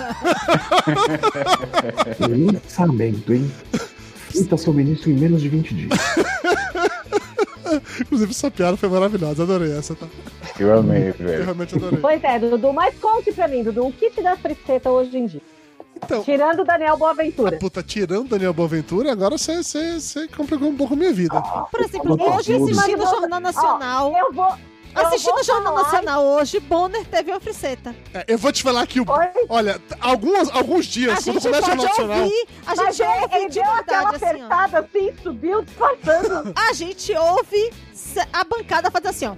Lançamento, hein? Fita sob ministro em menos de 20 dias. Inclusive, essa piada foi maravilhosa. Adorei essa, tá? Eu amei, velho. Eu realmente adorei. Pois é, Dudu, mas conte pra mim, Dudu, o que te dá friceta hoje em dia? Então, tirando o Daniel Boaventura. Puta, tirando o Daniel Boaventura, agora você complicou um pouco a minha vida. Por exemplo, hoje assistindo o Jornal Nacional... eu vou Assistindo o Jornal Nacional hoje, Bonner teve uma friceta. Eu vou te falar que, olha, alguns dias, quando começa o Jornal Nacional... A gente ouve ele de deu verdade, aquela apertada assim, subiu, disfarçando. A gente ouve a bancada fazer assim, ó.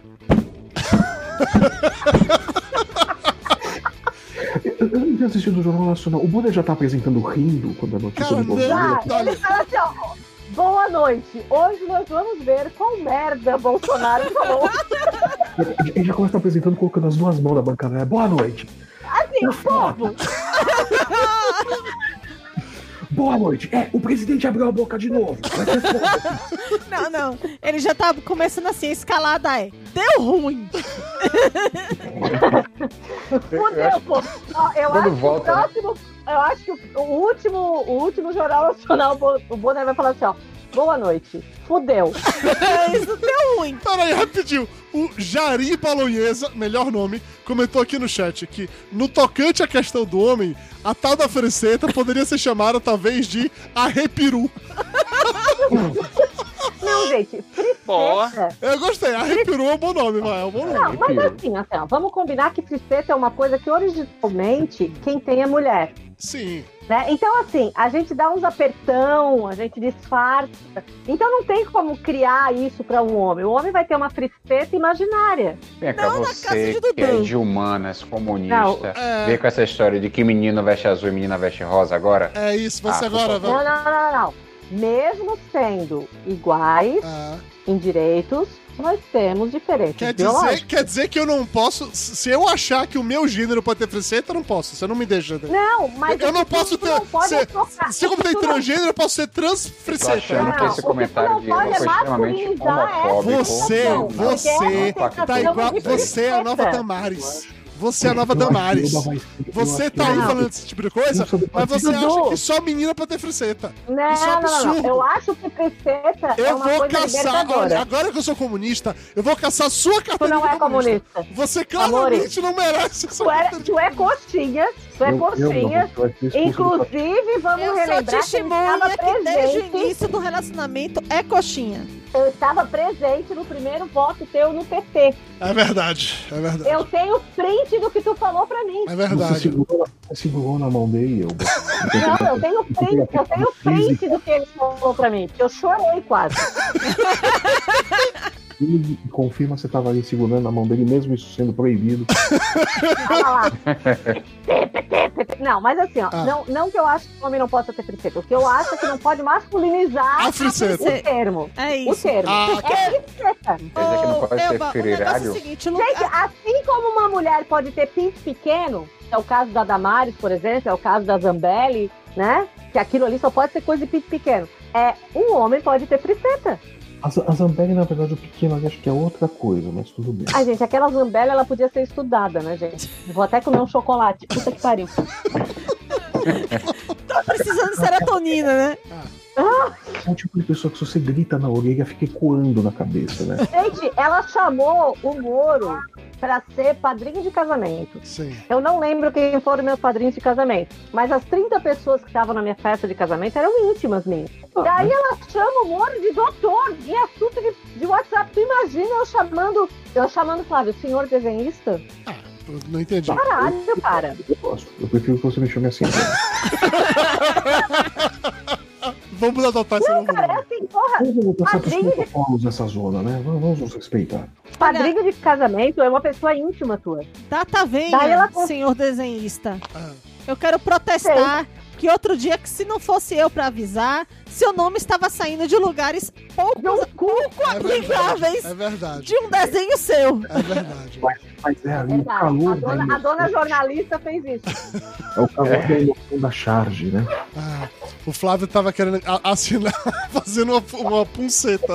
Eu não tenho assistido o Jornal Nacional. O Bonner já tá apresentando rindo quando a notícia do governo. Ele fala assim, ó... Boa noite. Hoje nós vamos ver qual merda Bolsonaro falou. Ele já começa apresentando colocando as duas mãos na bancada, né? Boa noite. Assim, o povo. Boa noite. O presidente abriu a boca de novo. Não. Ele já tá começando assim, a escalada Deu ruim. Fudeu, pô. Eu acho que o último Jornal Nacional, o Bonner vai falar assim, ó. Boa noite. Fudeu. Isso deu ruim. Peraí, rapidinho. O Jari Balonhesa, melhor nome, comentou aqui no chat que, no tocante à questão do homem, a tal da friceta poderia ser chamada, talvez, de arrepiru. Não, gente, friceta... Eu gostei, arrepiru é um bom nome, vai, é um bom nome. Não, mas assim, vamos combinar que friceta é uma coisa que originalmente quem tem é mulher. Sim. Né? Então, assim, a gente dá uns apertão, a gente disfarça. Então não tem como criar isso para um homem. O homem vai ter uma friceta imaginária. Vem cá, você que é de humanas, comunista, vem com essa história de que menino veste azul e menina veste rosa agora? É isso, você agora vai. Não. Mesmo sendo iguais em direitos, nós temos diferenças biológicas. Quer dizer que eu não posso... Se eu achar que o meu gênero pode ter friceta, eu não posso. Você não me deixa. Não, mas... Eu não posso ter... Se eu tem transgênero, eu posso ser transfriceta. Tô achando que esse comentário de Eva foi extremamente homofóbico. Você tá igual... Você é a nova Damares. Você é a nova Damares. Você tá aí falando esse tipo de coisa, mas você acha que só menina pode ter friceta. Não, isso é absurdo. Não. Eu acho que friceta é uma coisa libertadora. Agora que eu sou comunista, eu vou caçar a sua carteira. Tu não é comunista. Você claramente não merece essa carteira. Tu é coxinha. Inclusive, vamos relembrar que ele estava presente. Desde o início do relacionamento é coxinha. Eu estava presente no primeiro voto teu no PT. É verdade. Eu tenho print do que tu falou pra mim. É verdade. Você segurou na mão dele. Não, eu tenho print do que ele falou pra mim, porque eu chorei quase. Ele confirma que você estava ali segurando na mão dele, mesmo isso sendo proibido. Calma lá. Não, mas assim, ó, não que eu acho que o homem não possa ter friceta. O que eu acho é que não pode masculinizar a friceta. O termo. É isso. O termo. É friceta. Quer dizer que não pode ser frirário? Gente, assim como uma mulher pode ter pinto pequeno, é o caso da Damares, por exemplo, é o caso da Zambelli, né? Que aquilo ali só pode ser coisa de pinto pequeno. Um homem pode ter friceta. A Zambelli, na verdade, o pequeno, eu acho que é outra coisa, mas tudo bem. Ai, gente, aquela Zambelli, ela podia ser estudada, né, gente? Vou até comer um chocolate. Puta que pariu. Tá precisando de serotonina, né? É o tipo de pessoa que se você grita na orelha fica ecoando na cabeça, né? Gente, ela chamou o Moro pra ser padrinho de casamento. Sim. Eu não lembro quem foram meus padrinhos de casamento, mas as 30 pessoas que estavam na minha festa de casamento eram íntimas minhas. Daí ela chama o Moro de doutor em assunto de WhatsApp. Tu imagina eu chamando Flávio, senhor desenhista? Não entendi. Caralho, cara. Eu prefiro que você me chame assim. Vamos adotar esse novo nome. Assim, porra, Vamos passar pros protocolos nessa zona, né? Vamos nos respeitar. Padrinho de casamento é uma pessoa íntima tua. Data venha, senhor desenhista. Eu quero protestar que outro dia, que se não fosse eu pra avisar, seu nome estava saindo de lugares pouco aplicáveis verdade. de um desenho seu. É verdade. Mas é ali o calor a dona jornalista fez isso. É o calor da emoção da charge, né? O Flávio tava querendo assinar, fazendo uma punceta.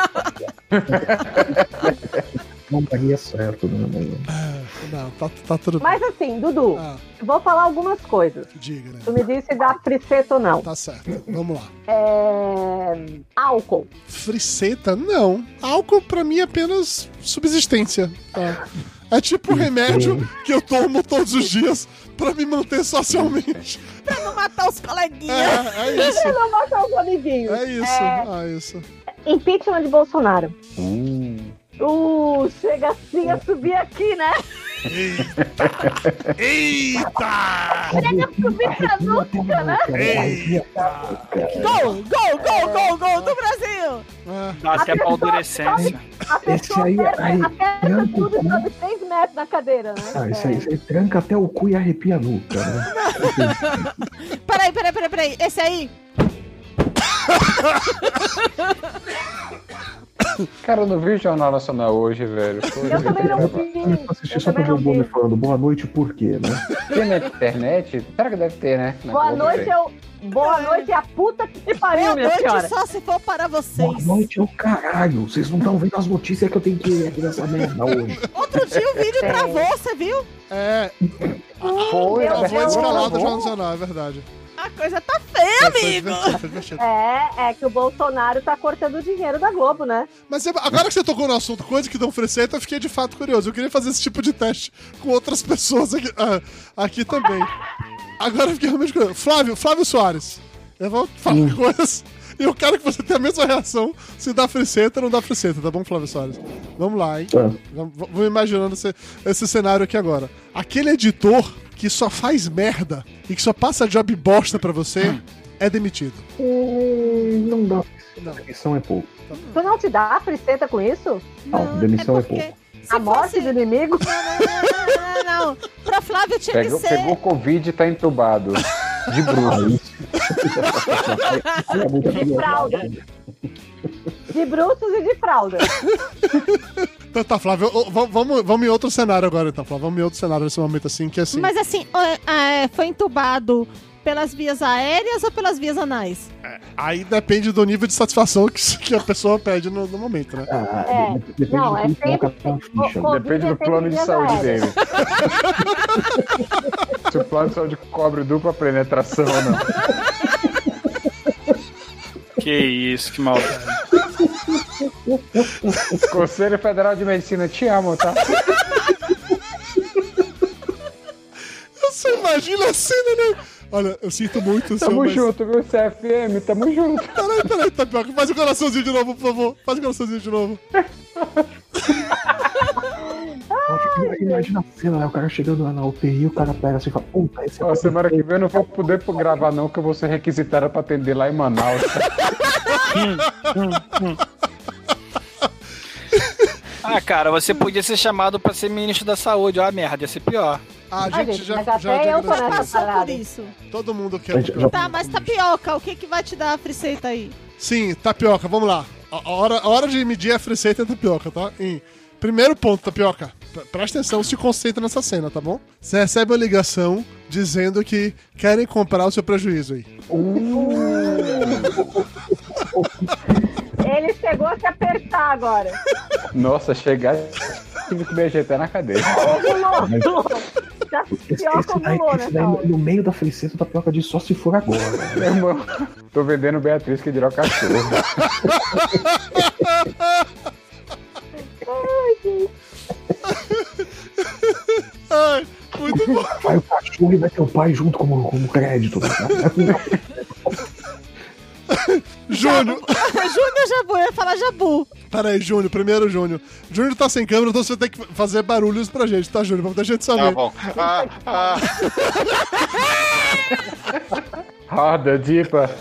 Não daria certo, né? Não, tá tudo bem. Mas assim, Dudu, eu vou falar algumas coisas. Diga, né? Tu me disse se dá friceta ou não. Tá certo, vamos lá. Álcool. Friceta? Não. Álcool pra mim é apenas subsistência. Tá? É tipo um remédio que eu tomo todos os dias pra me manter socialmente. Pra não matar os coleguinhas. É isso. Pra não matar os amiguinhos. É isso, isso. Impeachment de Bolsonaro. Chega assim a subir aqui, né? Eita! Chega a subir pra nuca, né? Gol do Brasil! Dá até paldurecência. A pessoa aperta tudo e sobe 3 metros na cadeira, né? Isso aí tranca até o cu e arrepia a nuca, né? Peraí. Esse aí? Cara, eu não vi o Jornal Nacional hoje, velho. Eu também não vi. Eu assisti só pra ver o Bono falando boa noite, por quê, né? Tem na internet? Será que deve ter, né? Boa noite é a puta que te pariu, minha senhora. Boa noite só se for para vocês. Boa noite é o caralho. Vocês não estão vendo as notícias que eu tenho que ler aqui nessa merda hoje. Outro dia o vídeo travou, você viu? Foi escalado o Jornal Nacional, é verdade. A coisa tá feia, amigo. É que o Bolsonaro tá cortando o dinheiro da Globo, né? Mas agora que você tocou no assunto coisa que dão friceta, eu fiquei de fato curioso. Eu queria fazer esse tipo de teste com outras pessoas aqui também. Agora eu fiquei realmente curioso. Flávio Soares, eu vou falar coisas e eu quero que você tenha a mesma reação se dá friceta ou não dá friceta, tá bom, Flávio Soares? Vamos lá, hein? Vamos imaginando esse cenário aqui agora. Aquele editor que só faz merda e que só passa job bosta pra você, é demitido. Não dá. Demissão é pouco. Tu não te dá friceta com isso? Não, demissão é pouco. A morte do inimigo? Não. Pra Flávio tinha que ser... Pegou Covid e tá entubado. De bruxos. De fralda. De bruxos e de fralda. Então tá, Flávio, vamos em outro cenário agora, então, Flávio. Vamos em outro cenário nesse momento, assim, que assim... Mas assim, foi entubado pelas vias aéreas ou pelas vias anais? Aí depende do nível de satisfação que a pessoa pede no momento, né? Depende do plano de saúde dele. Se o plano de saúde cobre dupla penetração ou não. Que isso, que maldade. Conselho Federal de Medicina, te amo, tá? Você imagina a cena, né? Olha, eu sinto muito. Tamo junto, viu, CFM? Tamo junto. Peraí, Tapioca. Faz o coraçãozinho de novo, por favor. Faz o coraçãozinho de novo. Imagina a cena, né? O cara chegando lá na UTI, o cara pega assim e fala, puta, esse é semana que vem eu não vou poder gravar não, que eu vou ser requisitada pra atender lá em Manaus. Cara, você podia ser chamado pra ser ministro da saúde. Ó, a merda, ia ser pior. A gente já eu tô nessa por isso. Todo mundo quer. Tá, mas Tapioca, o que vai te dar a friceta aí? Sim, Tapioca, vamos lá. A hora de medir a friceta é Tapioca, tá? Primeiro ponto, Tapioca. Presta atenção, se concentra nessa cena, tá bom? Você recebe uma ligação dizendo que querem comprar o seu prejuízo aí. Ele chegou a se apertar agora. Nossa, chegar tive que me ajeitar na cadeira. Tapioca ovulou, né? No meio da Friceta, o Tapioca diz só se for agora. Meu irmão, tô vendendo Beatriz que dirá cachorro. Ai, gente. Ai, muito bom. Vai o cachorro e vai ter o pai junto como crédito. Júnior! Júnior Jabu, eu ia falar Jabu. Peraí, Júnior, primeiro Júnior. Júnior tá sem câmera, então você tem que fazer barulhos pra gente, tá, Júnior? Pra muita gente saber. Tá bom. Roda, dipa.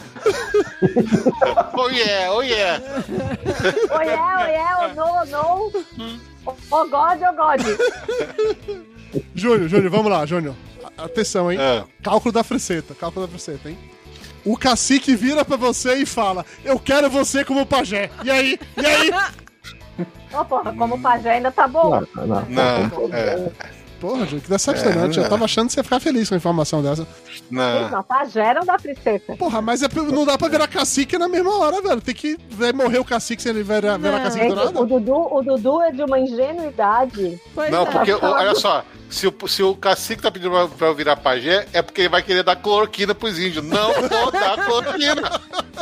Oh yeah, oh yeah. Oh yeah, no. Oh God. Júnior, vamos lá, Júnior. Atenção, hein? Cálculo da Friceta, hein? O cacique vira pra você e fala: eu quero você como pajé. E aí? Ô, porra, como pajé ainda tá bom. Não. Porra, gente, que decepcionante. Eu tava achando que você ia ficar feliz com a informação dessa. Não, pajé não dá Friceta. Porra, mas não dá pra virar cacique na mesma hora, velho. Tem que morrer o cacique sem ele virar cacique do nada. O Dudu é de uma ingenuidade. Não, porque, olha só, se o cacique tá pedindo pra eu virar pajé, é porque ele vai querer dar cloroquina pros índios. Não vou dar cloroquina.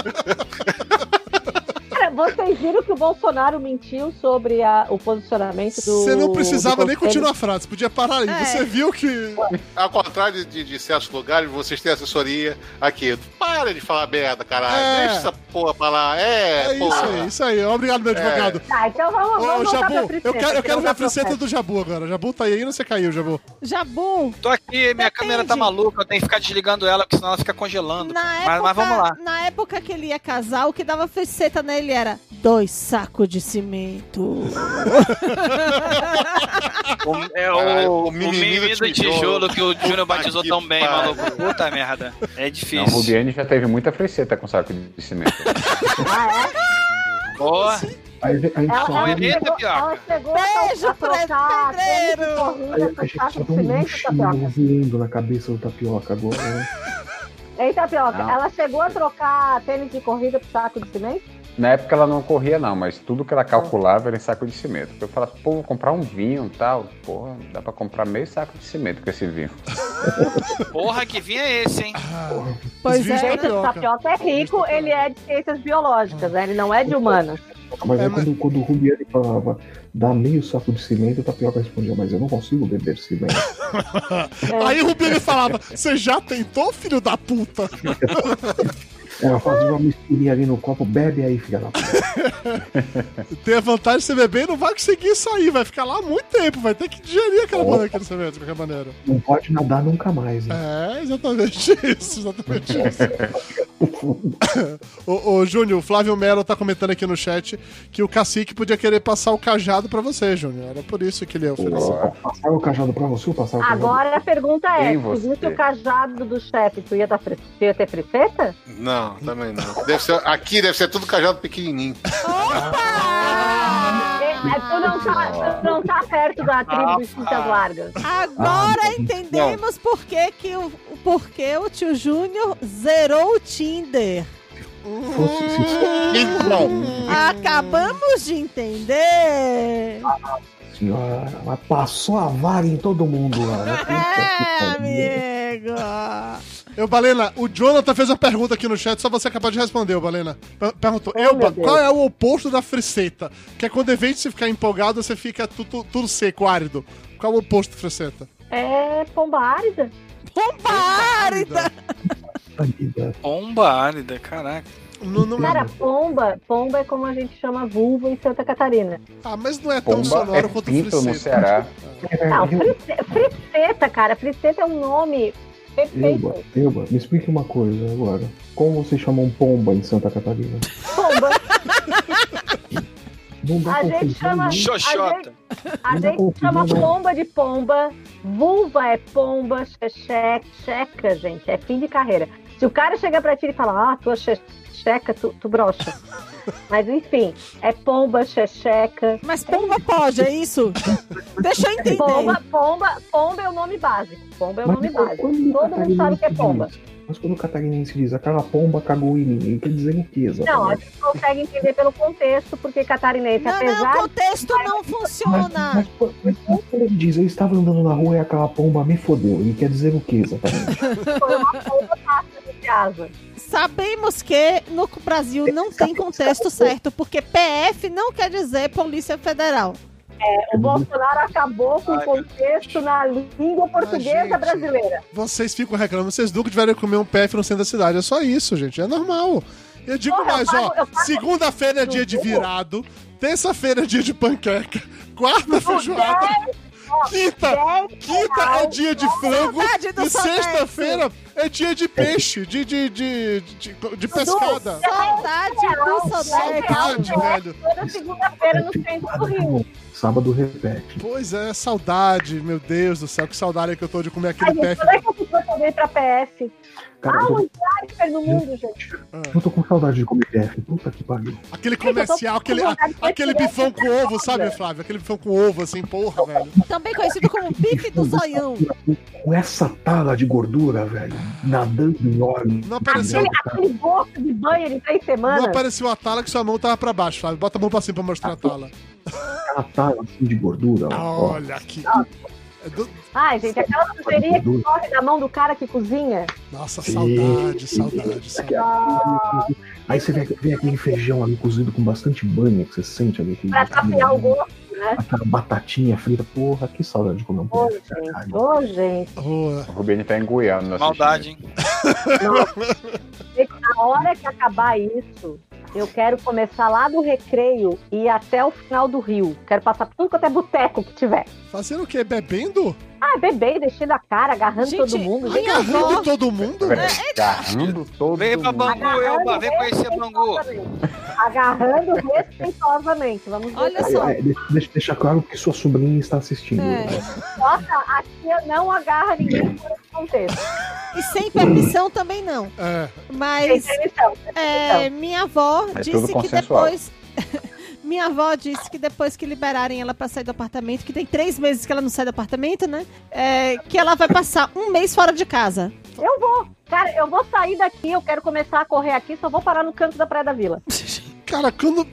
Cara, vocês viram que o Bolsonaro mentiu sobre o posicionamento do... Você não precisava nem continuar a frase, você podia parar aí. Você viu que... Ao contrário de certos lugares, vocês têm assessoria aqui. Para de falar merda, caralho. Deixa essa porra pra lá. Isso aí. Obrigado, meu advogado. Tá, então vamos Jabu, eu quero ver a Friceta do Jabu agora. Jabu tá aí ou você caiu, Jabu? Jabu. Tô aqui, minha câmera tá maluca, eu tenho que ficar desligando ela, porque senão ela fica congelando. Mas vamos lá. Na época que ele ia casar, o que dava Friceta nele era 2 sacos de cimento. O mimimi do tijolo que o Júnior batizou tão bem, maluco. Puta merda. É difícil. Não, o Rubiane já teve muita Friceta com saco de cimento. Boa. Ela chegou Beijo a trocar a gente só tem um buchinho voando na cabeça do Tapioca agora, né? Ei, Tapioca, ela chegou a trocar tênis de corrida pro saco de cimento? Na época ela não corria não, mas tudo que ela calculava era em saco de cimento. Eu falava, pô, vou comprar um vinho e tal. Porra, dá pra comprar meio saco de cimento com esse vinho. Porra, que vinho é esse, hein? Pois é, o Tapioca é rico, ele é de ciências biológicas, né? Ele não é de humanas. Mas quando o Rubiane falava, dá meio saco de cimento, o Tapioca respondia, mas eu não consigo beber cimento. Aí o Rubiane falava, você já tentou, filho da puta? Ela fazia uma misturinha ali no copo, bebe aí, filha da puta. Tem a vantagem de você beber e não vai conseguir sair, vai ficar lá há muito tempo, vai ter que digerir aquela aquele cimento de qualquer maneira. Não pode nadar nunca mais, né? Exatamente isso. Ô, Júnior, o Flávio Melo tá comentando aqui no chat que o cacique podia querer passar o cajado pra você, Júnior. Era por isso que ele ofereceu. Passar o cajado pra você ou passar o cajado? Agora a pergunta é, se o cajado do chefe, tu ia ter Friceta? Não, também não. Aqui deve ser tudo cajado pequenininho. Tu não tá perto da tribo dos Cintas Largas. Agora entendemos por que o tio Júnior zerou o Tinder. Acabamos de entender. Senhora, mas passou a vaga em todo mundo lá. Amigo. Balena, o Jonathan fez uma pergunta aqui no chat, só você acabou de responder, Balena. Perguntou, qual é o oposto da Friceta? Que é quando, em vez de você ficar empolgado, você fica tudo seco, árido. Qual é o oposto da Friceta? É pomba árida. Pomba árida, caraca. Cara, pomba é como a gente chama vulva em Santa Catarina. Mas não é tão sonoro quanto Friceta. No Ceará. Não, Friceta, cara. Friceta é um nome perfeito. Elba, me explique uma coisa agora. Como vocês chamam pomba em Santa Catarina? Pomba. A gente chama xoxota. A gente chama pomba de pomba. Vulva é pomba, checa, gente. É fim de carreira. Se o cara chegar pra ti e falar, tua checa, tu brocha. Mas enfim, é pomba, checheca. Mas pomba pode, é isso? Deixa eu entender. Pomba é o nome básico. Pomba é o nome básico. Todo mundo sabe que é pomba. Mas quando o catarinense diz aquela pomba cagou em mim, ele quer dizer o quê exatamente? Não, a gente consegue entender pelo contexto, porque catarinense, apesar... Não, o contexto não funciona. Mas quando ele diz, eu estava andando na rua e aquela pomba me fodeu, ele quer dizer o quê exatamente? Foi uma pomba passa de casa. Sabemos que no Brasil não tem contexto certo, porque PF não quer dizer Polícia Federal. O Bolsonaro acabou com o contexto na língua portuguesa brasileira. Vocês ficam reclamando, vocês nunca tiveram que comer um PF no centro da cidade. É só isso, gente. É normal. Eu digo mais, segunda-feira é dia de virado, terça-feira é dia de panqueca, quarta feijoada, quinta é dia de frango e sexta-feira é dia de peixe, de pescada. Saudade do Saudade, velho. Toda segunda-feira no centro do Rio. Sábado repete. Pois é, saudade, meu Deus do céu, que saudade que eu tô de comer aquele PF. Como é que eu fui também pra PF? Cara, um sniper no mundo, gente. Eu tô com saudade de comer PF. Puta que pariu. Aquele comercial, aquele bifão com ovo, sabe, Flávio? Aquele bifão com ovo, assim, porra, velho. Também conhecido como bife do zoião. Com essa tala de gordura, velho, nadando enorme. Não apareceu... Aquele gosto de banho de 3 semanas. Não apareceu a tala que sua mão tava pra baixo, Flávio. Bota a mão pra cima pra mostrar a tala. Aquela tala assim de gordura. Olha aqui. Ai, gente, aquela sujeirinha que corre da mão do cara que cozinha. Nossa, saudade. Aí você vê aquele feijão ali cozido com bastante banha que você sente ali. Pra tapear o gosto, né? Aquela batatinha frita. Porra, que saudade de comer um pão. Ô, gente. O Rubinho tá engoiando. Maldade, hein? Na hora que acabar isso, eu quero começar lá do Recreio e ir até o final do Rio. Quero passar por tudo quanto é boteco que tiver. Fazendo o quê? Bebendo? Bebendo, deixando a cara, agarrando todo mundo. Agarrando todo mundo? Agarrando todo mundo. Vem pra Bangu, Elba, vem conhecer Bangu. Agarrando respeitosamente. Vamos ver. Olha só. Deixa claro que sua sobrinha está assistindo. Nossa, aqui eu não agarra ninguém por esse contexto. E sem permissão também não. Mas sem permissão. Minha avó disse que depois... Minha avó disse que depois que liberarem ela pra sair do apartamento, que tem 3 meses que ela não sai do apartamento, né? Que ela vai passar 1 mês fora de casa. Eu vou. Cara, eu vou sair daqui, eu quero começar a correr aqui, só vou parar no canto da Praia da Vila. Cara, quando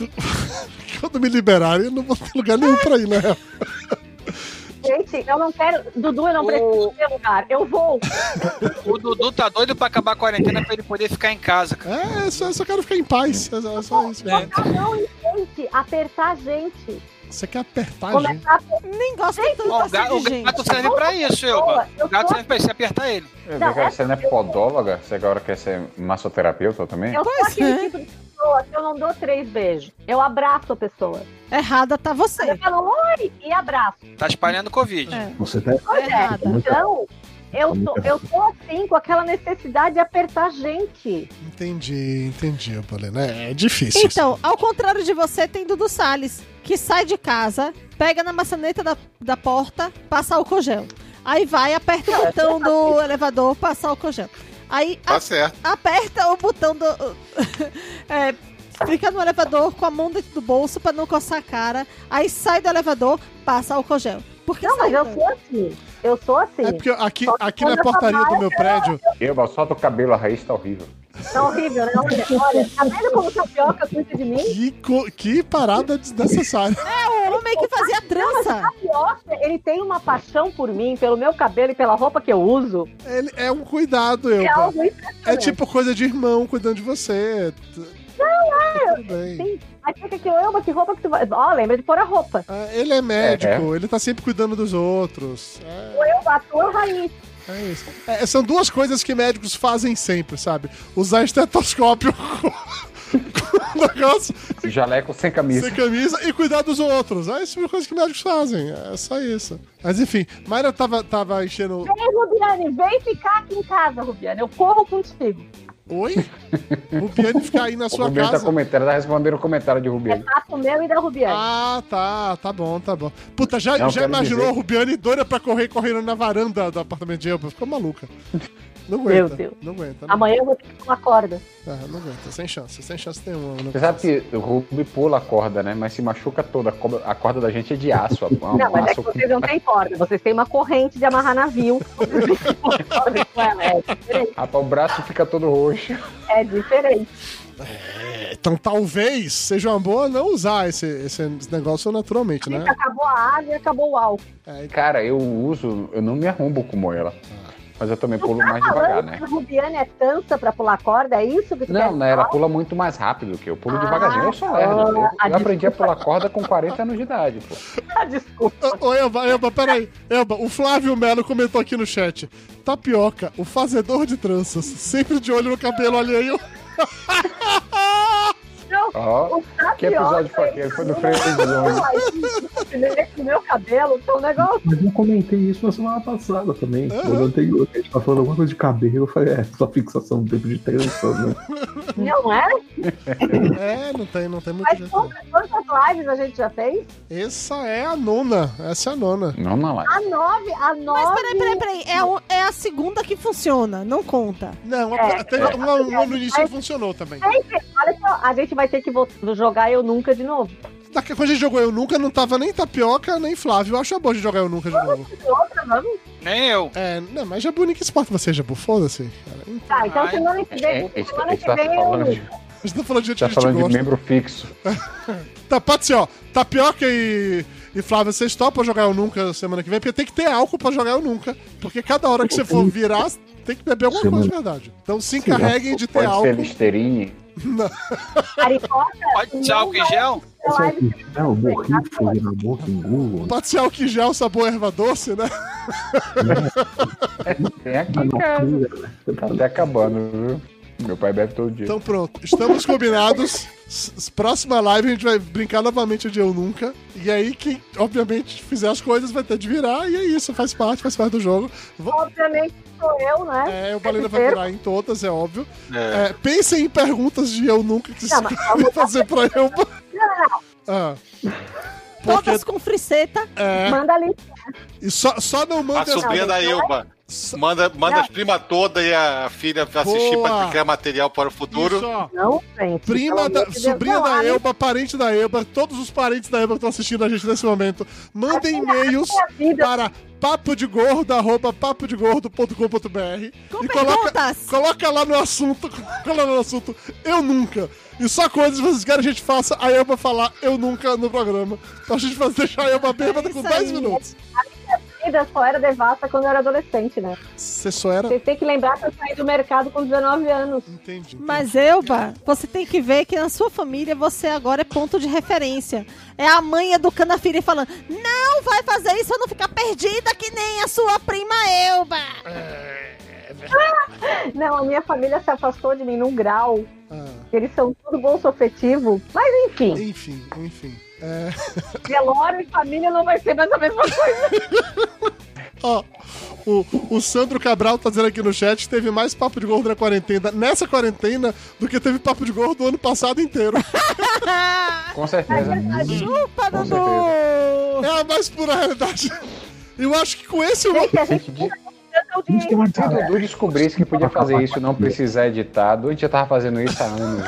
me liberarem, eu não vou ter lugar nenhum pra ir, né? Gente, eu não quero... Dudu, eu não preciso ter lugar. Eu vou. O Dudu tá doido pra acabar a quarentena pra ele poder ficar em casa, cara. Eu só quero ficar em paz. É só isso. Não, gente, apertar a gente. Você quer apertar a gente? Nem gosto tanto o gato serve pra isso, Elba. O gato serve pra isso, apertar ele. Você não é podóloga? Você agora quer ser massoterapeuta também? Eu sou aquele tipo de pessoa que eu não dou 3 beijos. Eu abraço a pessoa. Errada tá você. Eu falo oi e abraço. Tá espalhando Covid. Você tá errada. Então, eu tô assim, com aquela necessidade de apertar a gente. Entendi, Paulina. É difícil. Então, ao contrário de você, tem Dudu Salles, que sai de casa, pega na maçaneta da porta, passa álcool gel. Aí vai, aperta o botão do elevador, passa álcool gel. Aí aperta o botão do... fica no elevador com a mão dentro do bolso pra não coçar a cara. Aí sai do elevador, passa álcool gel. Porque não, mas eu sou assim. Eu sou assim. É porque aqui na portaria do meu prédio... Solta o cabelo, a raiz tá horrível. Tá horrível, né? Olha, tá vendo como tapioca cuida de mim? Que parada desnecessária. O homem que fazia trança. Não, tapioca, ele tem uma paixão por mim, pelo meu cabelo e pela roupa que eu uso. Ele é um cuidado, Elba. É tipo coisa de irmão cuidando de você. Não, tudo bem. Sim. Mas fica aqui, Elba, que roupa que tu vai... lembra de pôr a roupa. Ele é médico, ele tá sempre cuidando dos outros. O Elba, a tua raiz. É isso. São 2 coisas que médicos fazem sempre, sabe? Usar estetoscópio com negócio. Jaleco sem camisa. Sem camisa e cuidar dos outros. É isso, coisa que médicos fazem. É só isso. Mas enfim, Mayra tava enchendo... Vem, Rubiane, vem ficar aqui em casa, Rubiane. Eu corro contigo. Oi? Rubiane ficar aí na sua Rubiane casa. Tá respondendo o comentário de Rubiane. É papo meu e da Rubiane. Tá bom. Puta, já imaginou a Rubiane doida pra correndo na varanda do apartamento de Elba? Ficou maluca. Não aguenta. Meu Deus. Não aguenta. Amanhã eu vou ter que pular corda. Não aguenta, sem chance nenhuma. Você sabe que o Ruby pula a corda, né? Mas se machuca toda. A corda da gente é de aço. Não, mas é que vocês não têm corda. Vocês têm uma corrente de amarrar navio. É diferente. O braço fica todo roxo. É diferente. Então talvez seja uma boa não usar esse negócio naturalmente, né? Acabou a água e acabou o álcool. Cara, eu não me arrombo como ela. Mas eu também pulo mais devagar, né? A Rubiane é tansa pra pular corda, é isso que tu quer? Não, ela pula muito mais rápido que eu. Pulo devagarzinho, eu sou lerdo. Eu aprendi a pular corda com 40 anos de idade, pô. Desculpa. Ô, Elba, peraí. Elba, o Flávio Melo comentou aqui no chat. Tapioca, o fazedor de tranças, sempre de olho no cabelo alheio. Que episódio foi aquele? Foi do Friendzone. Com meu cabelo, tá um negócio. Mas eu comentei isso na semana passada também. Quando anterior, a gente tá falando alguma coisa de cabelo, eu falei, só fixação no tempo de trança, né? Não é? Não tem muito Mas jeito. quantas lives a gente já fez? Essa é a nona. Nona live. A nove. Mas peraí. É a segunda que funciona, não conta. Não, uma no início funcionou também. Olha só, a gente vai ter que jogar Eu Nunca de novo. Quando a gente jogou Eu Nunca, não tava nem Tapioca, nem Flávio. Eu acho bom de jogar Eu Nunca de novo. Vamos? Nem eu. Não, mas Jabu, nem que importa você, Jabu. Foda-se. Tá, então semana que vem. A gente tá falando de gente que a gente gosta. De membro fixo. Tá, pode ser, ó. Tapioca e Flávio, vocês topam jogar Eu Nunca semana que vem? Porque tem que ter álcool pra jogar Eu Nunca. Porque cada hora que você for virar, tem que beber alguma coisa de verdade. Então se encarreguem de ter álcool. Pode ser Listerine. Não. Pode ser álcool em gel? Pode ser álcool em gel, sabor erva doce, né? Tem aqui, cara. Tá até acabando, viu? Meu pai bebe todo dia. Então pronto, estamos combinados. Próxima live a gente vai brincar novamente de Eu Nunca. E aí quem, obviamente, fizer as coisas vai ter de virar. E é isso, faz parte do jogo. Obviamente sou eu, né? O Balena vai virar em todas, é óbvio. Pensem em perguntas de Eu Nunca que vocês querem fazer pra Elba. Todas com friceta. Manda ali. E só não manda... A sobrinha da Elba. Manda as primas todas e a filha assistir pra criar material para o futuro. Isso, não, gente. Sobrinha da Elba, parente da Elba, todos os parentes da Elba que estão assistindo a gente nesse momento, mandem e-mails para papodegordo@papodegordo.com.br e coloca lá no assunto Eu Nunca. E só coisas que vocês querem a gente faça a Elba falar Eu Nunca no programa. Pra gente deixar a Elba bêbada com 10 minutos. A vida só era devassa quando eu era adolescente, né? Você só era... Vocês têm que lembrar que eu saí do mercado com 19 anos. Entendi. Mas, Elba, você tem que ver que na sua família você agora é ponto de referência. É a mãe educando a filha falando, não vai fazer isso pra não ficar perdida que nem a sua prima Elba. Não, a minha família se afastou de mim num grau. Eles são tudo bolso afetivo. Mas enfim. Velório e família não vai ser mais a mesma coisa. O Sandro Cabral tá dizendo aqui no chat que teve mais papo de gordo nessa quarentena do que teve papo de gordo o ano passado inteiro. Com certeza. Chupa, Dudu! É a mais pura realidade. Eu acho que com esse... Se o Dudu descobrisse que podia fazer isso e não precisar editar, a gente já tava fazendo isso há anos.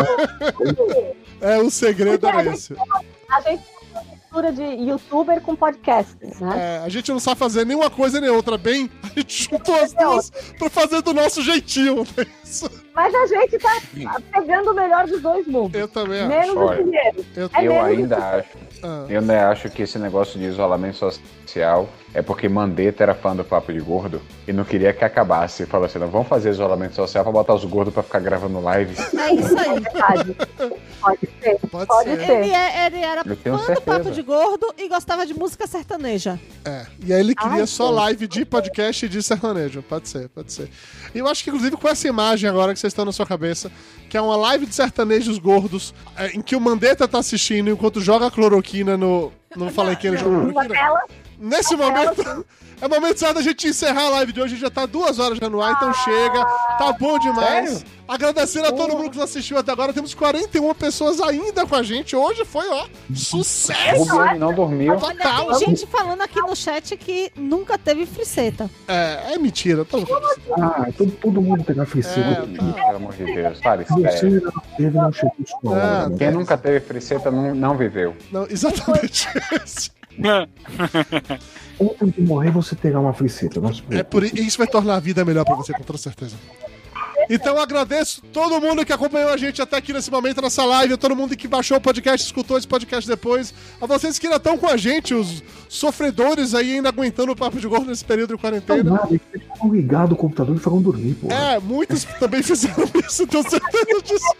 O segredo era esse. A gente tem uma mistura de youtuber com podcast, né? A gente não sabe fazer nenhuma coisa nem outra, bem? A gente juntou as duas pra fazer do nosso jeitinho, é isso. Mas a gente tá pegando o melhor dos dois mundos. Eu também acho. Menos o dinheiro. Eu ainda acho que esse negócio de isolamento social é porque Mandetta era fã do Papo de Gordo e não queria que acabasse. Falou assim, não, vamos fazer isolamento social pra botar os gordos pra ficar gravando live. É isso aí. Pode ser. Ele era fã do Papo de Gordo e gostava de música sertaneja. E aí ele queria só live de podcast e de sertanejo. Pode ser. E eu acho que, inclusive, com essa imagem agora que vocês estão na sua cabeça, que é uma live de sertanejos gordos, em que o Mandetta tá assistindo enquanto joga cloroquina no... Não falei que ele joga cloroquina? nesse momento... É o momento certo da gente encerrar a live de hoje. A gente já tá 2 horas já no ar, então chega. Tá bom demais. Sério? Agradecendo a todo mundo que nos assistiu até agora. Temos 41 pessoas ainda com a gente. Hoje foi, ó, sucesso. O Rubiane não dormiu. Total. Tem gente falando aqui no chat que nunca teve friceta. É mentira. Todo mundo teve a friceta. Pelo amor de Deus, pare sério. Quem nunca teve friceta não viveu. Não, exatamente isso. Antes de morrer, você terá uma friceta. Isso vai tornar a vida melhor pra você, com toda certeza. Então eu agradeço todo mundo que acompanhou a gente até aqui nesse momento, nessa live, a todo mundo que baixou o podcast, escutou esse podcast depois, a vocês que ainda estão com a gente, os sofredores aí ainda aguentando o Papo de Gordo nesse período de quarentena. Eles estavam ligados o computador e foram dormir, pô. Muitos também fizeram isso, tenho certeza disso.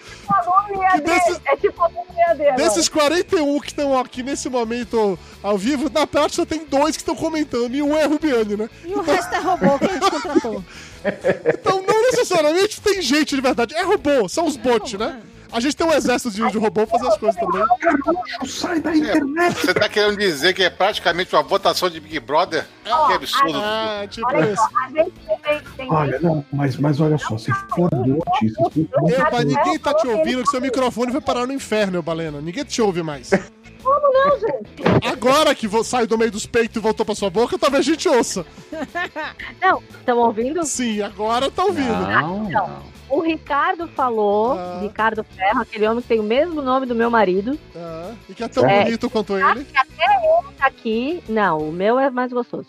Desses 41 que estão aqui nesse momento ao vivo, na prática só tem 2 que estão comentando, e um é Rubiane, né? E o resto é robô que a gente contratou. Então não necessariamente tem gente de verdade, é robô, são os bots, né? A gente tem um exército de robô fazer as coisas também. Sai da internet! Você tá querendo dizer que é praticamente uma votação de Big Brother? Que absurdo. Tipo isso. Olha, não, mas olha só, se for bot... Mas ninguém tá te ouvindo, que seu microfone vai parar no inferno, Balena. Ninguém te ouve mais. Como não, gente? Agora que saiu do meio dos peitos e voltou pra sua boca, talvez a gente ouça. Não, estão ouvindo? Sim, agora tá ouvindo. Não. O Ricardo falou, o Ricardo Ferro, aquele homem que tem o mesmo nome do meu marido. E que é tão bonito quanto ele. Que até ele tá aqui. Não, o meu é mais gostoso.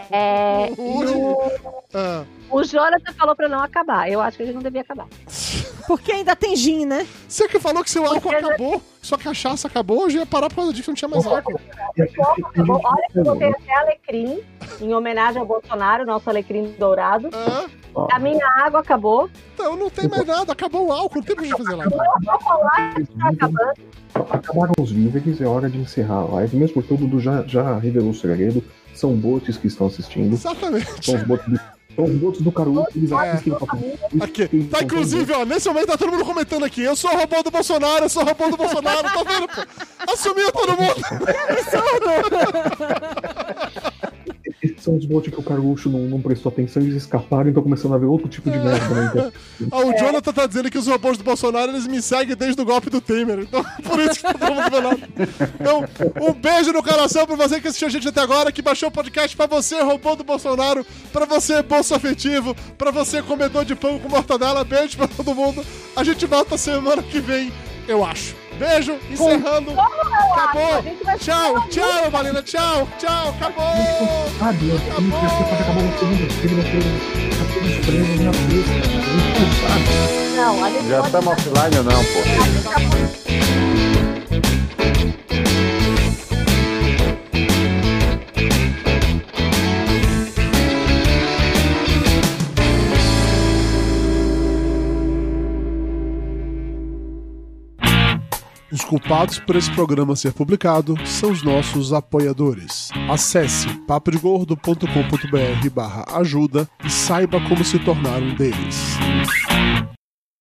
O Jonathan falou pra não acabar. Eu acho que a gente não devia acabar. Porque ainda tem gin, né? Você que falou que seu álcool acabou, sua cachaça acabou, hoje ia parar por causa disso, não tinha mais álcool. Olha que eu botei até alecrim, em homenagem ao Bolsonaro, nosso alecrim dourado. A minha água acabou. Então não tem mais nada, acabou o álcool, não tem pra gente fazer nada. Tá acabando. Acabaram os víveres, é hora de encerrar a live. Mesmo porque o Dudu já revelou o segredo. São bots que estão assistindo. Exatamente. São os bots do Caruso. Aqui. Tá, inclusive, ó, nesse momento tá todo mundo comentando aqui. Eu sou o robô do Bolsonaro, tá vendo, pô? Assumiu todo mundo. Esses são os bots que o Caruso não prestou atenção, eles escaparam e estão começando a ver outro tipo de merda, né? O Jonathan tá dizendo que os robôs do Bolsonaro, eles me seguem desde o golpe do Temer. Então, por isso que tá todo mundo velado. Então, um beijo no coração pra você que assistiu a gente até agora, que baixou o podcast, pra você, robô do Bolsonaro, pra você, bolso afetivo, pra você, comedor de pão com mortadela. Beijo pra todo mundo. A gente volta semana que vem, eu acho. Beijo, encerrando. Acabou. Tchau, Valena. Tchau. Acabou. Já estamos offline ou não, pô? Os culpados por esse programa ser publicado são os nossos apoiadores. Acesse papodegordo.com.br/ajuda e saiba como se tornar um deles.